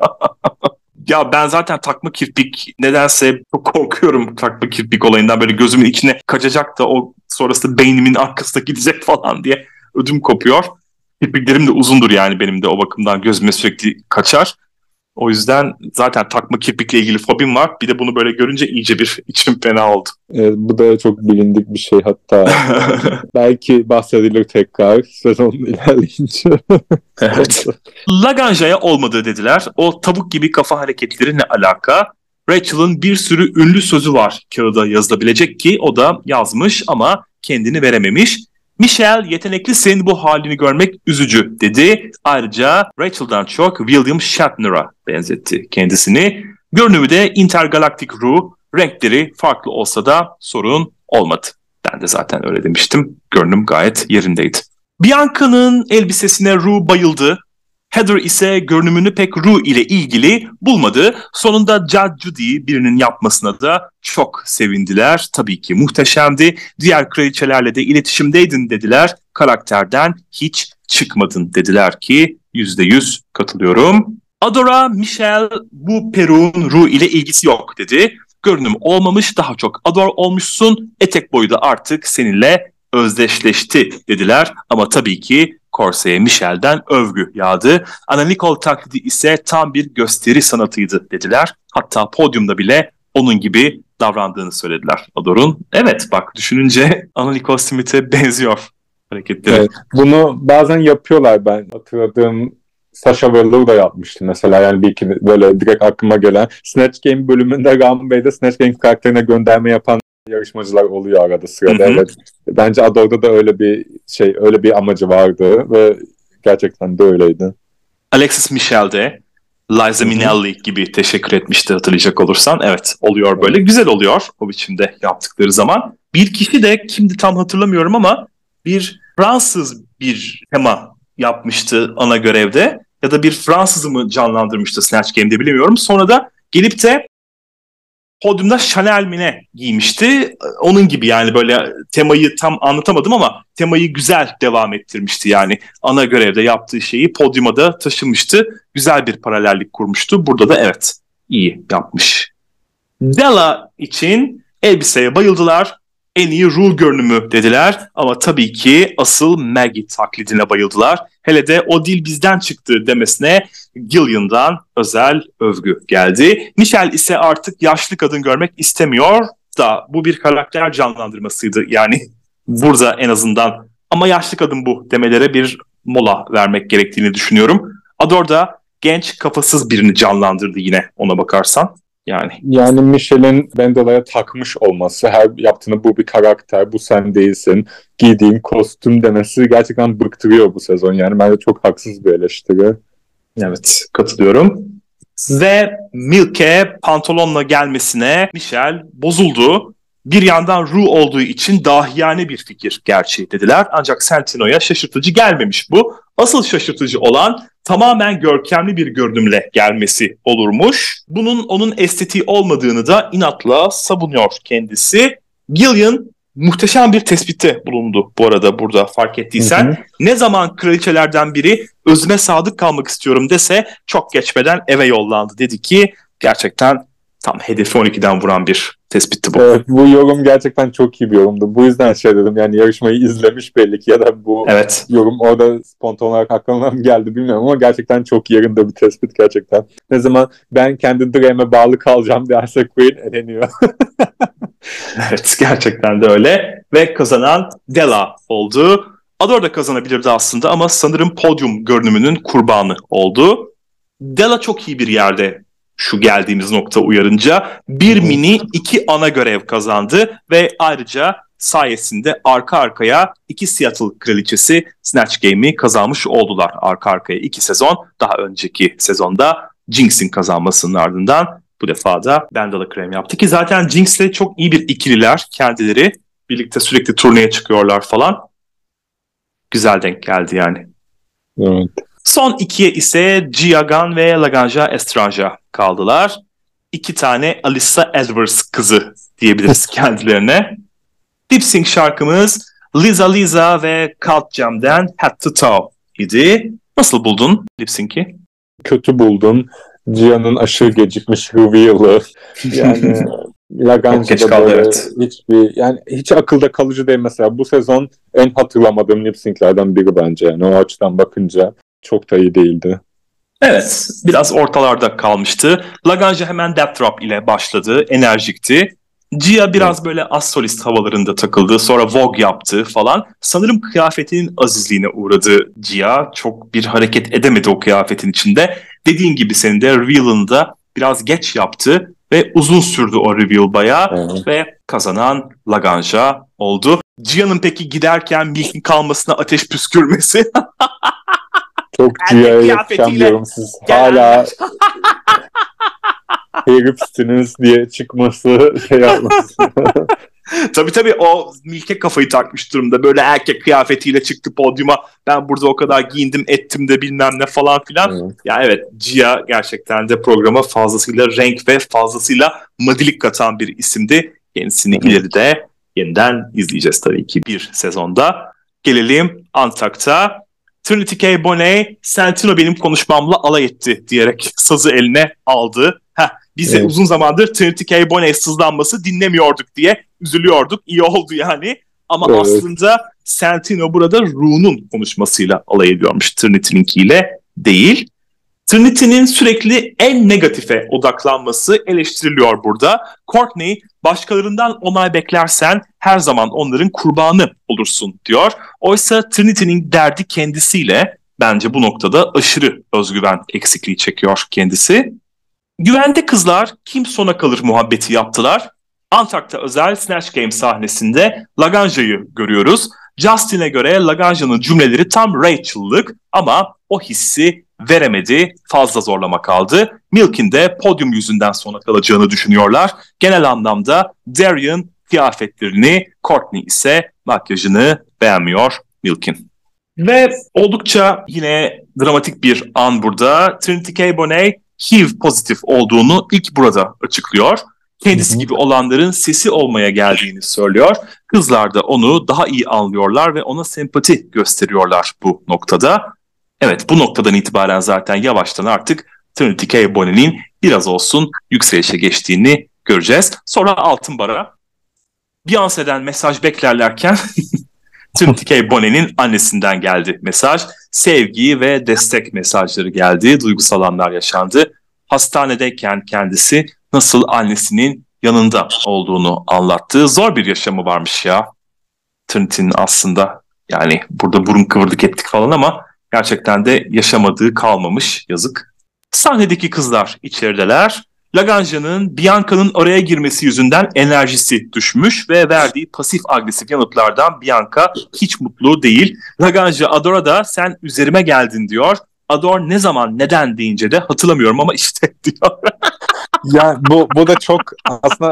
Ya ben zaten takma kirpik nedense çok korkuyorum takma kirpik olayından. Böyle gözümün içine kaçacak da o sonrasında beynimin arkasına gidecek falan diye ödüm kopuyor. Kirpiklerim de uzundur yani benim de o bakımdan gözüme sürekli kaçar. O yüzden zaten takma kirpikle ilgili fobim var. Bir de bunu böyle görünce iyice bir içim fena oldu. Evet, bu da çok bilindik bir şey hatta. Belki bahsedilir tekrar sezon ilerleyince. Evet. Laganja'ya olmadığı dediler. O tavuk gibi kafa hareketleri ne alaka? Rachel'ın bir sürü ünlü sözü var kağıda yazılabilecek ki o da yazmış ama kendini verememiş. Michelle yeteneklisin, bu halini görmek üzücü dedi. Ayrıca Rachel'dan çok William Shatner'a benzetti kendisini. Görünümü de Intergalactic Ru, renkleri farklı olsa da sorun olmadı. Ben de zaten öyle demiştim. Görünüm gayet yerindeydi. Bianca'nın elbisesine Ru bayıldı. Heather ise görünümünü pek Ru ile ilgili bulmadı. Sonunda Judge Judy'yi birinin yapmasına da çok sevindiler. Tabii ki muhteşemdi. Diğer kraliçelerle de iletişimdeydin dediler. Karakterden hiç çıkmadın dediler ki yüzde yüz katılıyorum. Adora, Michelle bu peruğun Ru ile ilgisi yok dedi. Görünüm olmamış, daha çok Adore olmuşsun. Etek boyu da artık seninle özdeşleşti dediler. Ama tabii ki korseye Michelle'den övgü yağdı. Anna Nicole taklidi ise tam bir gösteri sanatıydı dediler. Hatta podyumda bile onun gibi davrandığını söylediler Adore'un. Evet bak düşününce Anna Nicole Smith'e benziyor hareketleri. Evet, bunu bazen yapıyorlar, ben hatırladığım Sasha Velour da yapmıştı mesela, yani bir iki böyle direkt aklıma gelen. Snatch Game bölümünde Ram Bey'de Snatch Game karakterine gönderme yapan yarışmacılar oluyor arada sırada. Hı hı. Evet. Bence Adore'da da öyle bir şey, öyle bir amacı vardı ve gerçekten de öyleydi. Alexis Michelle de Liza Minnelli gibi teşekkür etmişti hatırlayacak olursan. Evet oluyor böyle. Güzel oluyor o biçimde yaptıkları zaman. Bir kişi de kimdi tam hatırlamıyorum ama bir Fransız bir tema yapmıştı ana görevde. Ya da bir Fransızı mı canlandırmıştı Snatch Game'de bilemiyorum. Sonra da gelip de podyumda Chanel mine giymişti. Onun gibi yani böyle temayı tam anlatamadım ama temayı güzel devam ettirmişti yani. Ana görevde yaptığı şeyi podyuma da taşımıştı. Güzel bir paralellik kurmuştu. Burada da evet iyi yapmış. Della için elbiseye bayıldılar. En iyi Ru görünümü dediler. Ama tabii ki asıl Maggie taklidine bayıldılar. Hele de o dil bizden çıktı demesine Gillian'dan özel övgü geldi. Michelle ise artık yaşlı kadın görmek istemiyor da bu bir karakter canlandırmasıydı. Yani burada en azından ama yaşlı kadın bu demelere bir mola vermek gerektiğini düşünüyorum. Adore da genç kafasız birini canlandırdı yine ona bakarsan. Yani yani Michelle'in Vendella'ya takmış olması, her yaptığını bu bir karakter, bu sen değilsin, giydiğin kostüm demesi gerçekten bıktırıyor bu sezon. Yani bence çok haksız bir eleştiri. Evet, katılıyorum. Ve Milk'e pantolonla gelmesine Michelle bozuldu. Bir yandan Ru olduğu için dahiyane bir fikir gerçeği dediler. Ancak Santino'ya şaşırtıcı gelmemiş bu. Asıl şaşırtıcı olan tamamen görkemli bir görünümle gelmesi olurmuş. Bunun onun estetiği olmadığını da inatla savunuyor kendisi. Gillian muhteşem bir tespitte bulundu bu arada burada fark ettiysen. Hı hı. Ne zaman kraliçelerden biri özüme sadık kalmak istiyorum dese çok geçmeden eve yollandı. Dedi ki gerçekten tam hedefi on ikiden vuran bir tespitti bu. Evet, bu yorum gerçekten çok iyi bir yorumdu. Bu yüzden şey dedim, yani yarışmayı izlemiş belli ki ya da bu evet. yorum orada spontan olarak aklına mı geldi bilmiyorum ama gerçekten çok yerinde bir tespit gerçekten. Ne zaman ben kendi direğime bağlı kalacağım derse Queen eleniyor. Evet, gerçekten de öyle ve kazanan Della oldu. Adore da kazanabilirdi aslında ama sanırım podyum görünümünün kurbanı oldu. Della çok iyi bir yerde şu geldiğimiz nokta uyarınca bir mini iki ana görev kazandı ve ayrıca sayesinde arka arkaya iki Seattle kraliçesi Snatch Game'i kazanmış oldular. Arka arkaya iki sezon, daha önceki sezonda Jinx'in kazanmasının ardından bu defa da Bendala Krem yaptı ki zaten Jinx'le çok iyi bir ikililer kendileri. Birlikte sürekli turneye çıkıyorlar falan. Güzel denk geldi yani. Evet. Son ikiye ise Gia Gunn ve Laganja Estranja kaldılar. İki tane Alyssa Edwards kızı diyebiliriz kendilerine. Lip Sync şarkımız Lisa Lisa ve Cult Jam'den Head to Toe idi. Nasıl buldun Lip Sync'i? Kötü buldum. Gia'nın aşırı gecikmiş reveal'ı. Yani Laganja'da kaldı, böyle evet. hiçbir, yani hiç akılda kalıcı değil mesela. Bu sezon en hatırlamadığım lip sync'lerden biri bence yani. O açıdan bakınca çok da iyi değildi. Evet, biraz ortalarda kalmıştı. Laganja hemen Death Drop ile başladı, enerjikti. Gia biraz böyle az solist havalarında takıldı, sonra Vogue yaptı falan. Sanırım kıyafetinin azizliğine uğradı Gia. Çok bir hareket edemedi o kıyafetin içinde. Dediğin gibi senin de reveal'ını da biraz geç yaptı ve uzun sürdü o reveal bayağı. Evet. Ve kazanan Laganja oldu. Gia'nın peki giderken Milk'in kalmasına ateş püskürmesi... Çok Gia'ya yakışamıyorum siz. Hala herifsiniz diye çıkması şey yapması. Tabii tabii o Milk'e kafayı takmış durumda. Böyle erkek kıyafetiyle çıktı podyuma. Ben burada o kadar giyindim ettim de bilmem ne falan filan. Evet. Ya evet, Gia gerçekten de programa fazlasıyla renk ve fazlasıyla madilik katan bir isimdi. Kendisini evet. ileride yeniden izleyeceğiz tabii ki bir sezonda. Gelelim Antak'ta. Trinity K. Bonet, Santino benim konuşmamla alay etti diyerek sazı eline aldı. Heh, biz de evet. uzun zamandır Trinity K. Bonet sızlanması dinlemiyorduk diye üzülüyorduk. İyi oldu yani. Ama evet. aslında Santino burada Ru'nun konuşmasıyla alay ediyormuş, Trinity'ninkiyle değil. Trinity'nin sürekli en negatife odaklanması eleştiriliyor burada. Courtney, başkalarından onay beklersen her zaman onların kurbanı olursun diyor. Oysa Trinity'nin derdi kendisiyle, bence bu noktada aşırı özgüven eksikliği çekiyor kendisi. Güvende kızlar kim sona kalır muhabbeti yaptılar. Antak'ta özel Snatch Game sahnesinde Laganja'yı görüyoruz. Justin'e göre Laganja'nın cümleleri tam Rachel'lık ama o hissi veremedi, fazla zorlama kaldı. Milk'in de podyum yüzünden sona kalacağını düşünüyorlar. Genel anlamda Darian kıyafetlerini, Courtney ise makyajını beğenmiyor Milk'in. Ve oldukça yine dramatik bir an burada. Trinity K. Bonet H I V pozitif olduğunu ilk burada açıklıyor. Kendisi hı hı. gibi olanların sesi olmaya geldiğini söylüyor. Kızlar da onu daha iyi anlıyorlar ve ona sempati gösteriyorlar bu noktada. Evet, bu noktadan itibaren zaten yavaştan artık Trinity K. Bonet'in biraz olsun yükselişe geçtiğini göreceğiz. Sonra Altın Bar'a Beyoncé'den mesaj beklerlerken Trinity K. Bonet'in annesinden geldi mesaj. Sevgi ve destek mesajları geldi. Duygusal anlar yaşandı. Hastanedeyken kendisi nasıl annesinin yanında olduğunu anlattı. Zor bir yaşamı varmış ya Trinity'nin aslında. Yani burada burun kıvırdık ettik falan ama gerçekten de yaşamadığı kalmamış, yazık. Sahnedeki kızlar içerideler. Laganja'nın Bianca'nın araya girmesi yüzünden enerjisi düşmüş ve verdiği pasif agresif yanıtlardan Bianca hiç mutlu değil. Laganja Adore'a da sen üzerime geldin diyor. Adore ne zaman neden deyince de hatırlamıyorum ama işte diyor. Ya bu, bu da çok aslında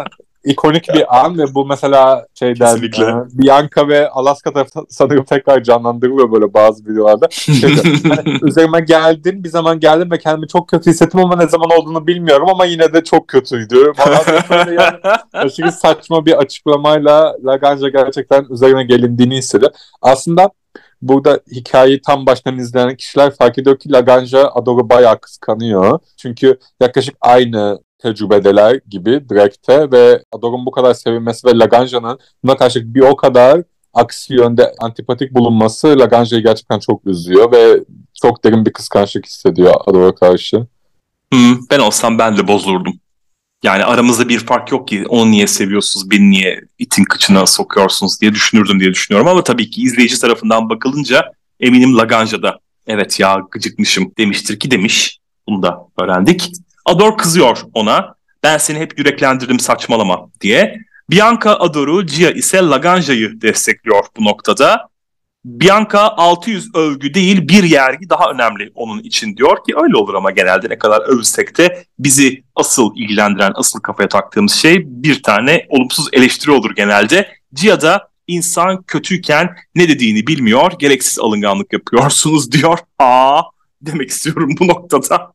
ikonik bir an ve bu mesela şeyden Kesinlikle. e, Bianca ve Alaska tarafı sanırım tekrar canlandırılıyor böyle bazı videolarda. Şeyde, hani üzerime geldin, bir zaman geldim ve kendimi çok kötü hissettim ama ne zaman olduğunu bilmiyorum ama yine de çok kötüydü falan. Böyle yani aşırı saçma bir açıklamayla Laganja gerçekten üzerine gelindiğini hissediyor. Aslında burada hikayeyi tam baştan izleyen kişiler fark ediyor ki Laganja Ador'u bayağı kıskanıyor. Çünkü yaklaşık aynı tecrübedeler gibi Drake'te ve Ador'un bu kadar sevilmesi ve Laganja'nın buna karşı bir o kadar aksi yönde antipatik bulunması Laganja'yı gerçekten çok üzüyor ve çok derin bir kıskançlık hissediyor Ador'a karşı. Hmm, ben olsam ben de bozulurdum. Yani aramızda bir fark yok ki onu niye seviyorsunuz, beni niye itin kıçına sokuyorsunuz diye düşünürdüm diye düşünüyorum. Ama tabii ki izleyici tarafından bakılınca eminim Laganja da evet ya gıcıkmışım demiştir ki demiş. Bunu da öğrendik. Ador kızıyor ona. Ben seni hep yüreklendirdim saçmalama diye. Bianca Ador'u, Gia ise Laganja'yı destekliyor bu noktada. Bianca altı yüz övgü değil bir yergi daha önemli onun için diyor ki öyle olur ama genelde ne kadar övsek de bizi asıl ilgilendiren, asıl kafaya taktığımız şey bir tane olumsuz eleştiri olur genelde. Gia da insan kötüyken ne dediğini bilmiyor, gereksiz alınganlık yapıyorsunuz diyor. Aa demek istiyorum bu noktada.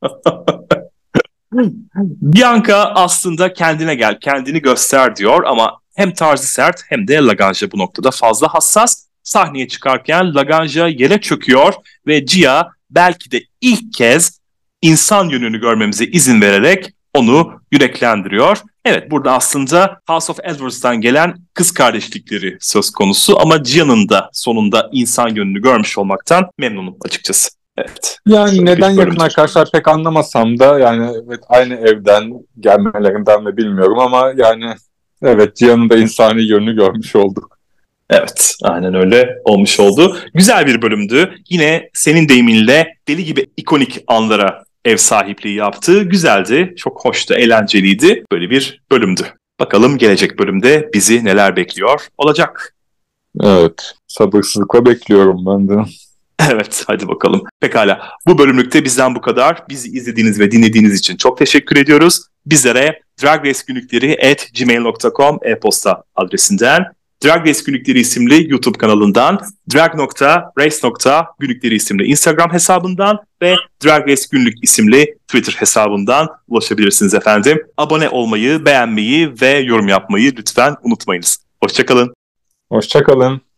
Bianca aslında kendine gel, kendini göster diyor ama hem tarzı sert hem de Laganja bu noktada fazla hassas. Sahneye çıkarken Laganja yere çöküyor ve Gia belki de ilk kez insan yönünü görmemize izin vererek onu yüreklendiriyor. Evet burada aslında House of Edwards'tan gelen kız kardeşlikleri söz konusu ama Gia'nın da sonunda insan yönünü görmüş olmaktan memnunum açıkçası. Evet. Yani neden yakın arkadaşlar pek anlamasam da yani evet, aynı evden gelmelerinden de bilmiyorum ama yani evet Cihan'ın da insani yönünü görmüş olduk. Evet, aynen öyle olmuş oldu. Güzel bir bölümdü. Yine senin deyiminle deli gibi ikonik anlara ev sahipliği yaptı. Güzeldi, çok hoştu, eğlenceliydi. Böyle bir bölümdü. Bakalım gelecek bölümde bizi neler bekliyor olacak. Evet, sabırsızlıkla bekliyorum ben de. Evet, hadi bakalım. Pekala, bu bölümlükte bizden bu kadar. Bizi izlediğiniz ve dinlediğiniz için çok teşekkür ediyoruz. Bizlere drag race günlükleri at gmail nokta com e-posta adresinden, Drag Race Günlükleri isimli YouTube kanalından, drag nokta race nokta günlükleri isimli Instagram hesabından ve Drag Race Günlük isimli Twitter hesabından ulaşabilirsiniz efendim. Abone olmayı, beğenmeyi ve yorum yapmayı lütfen unutmayınız. Hoşçakalın. Hoşçakalın.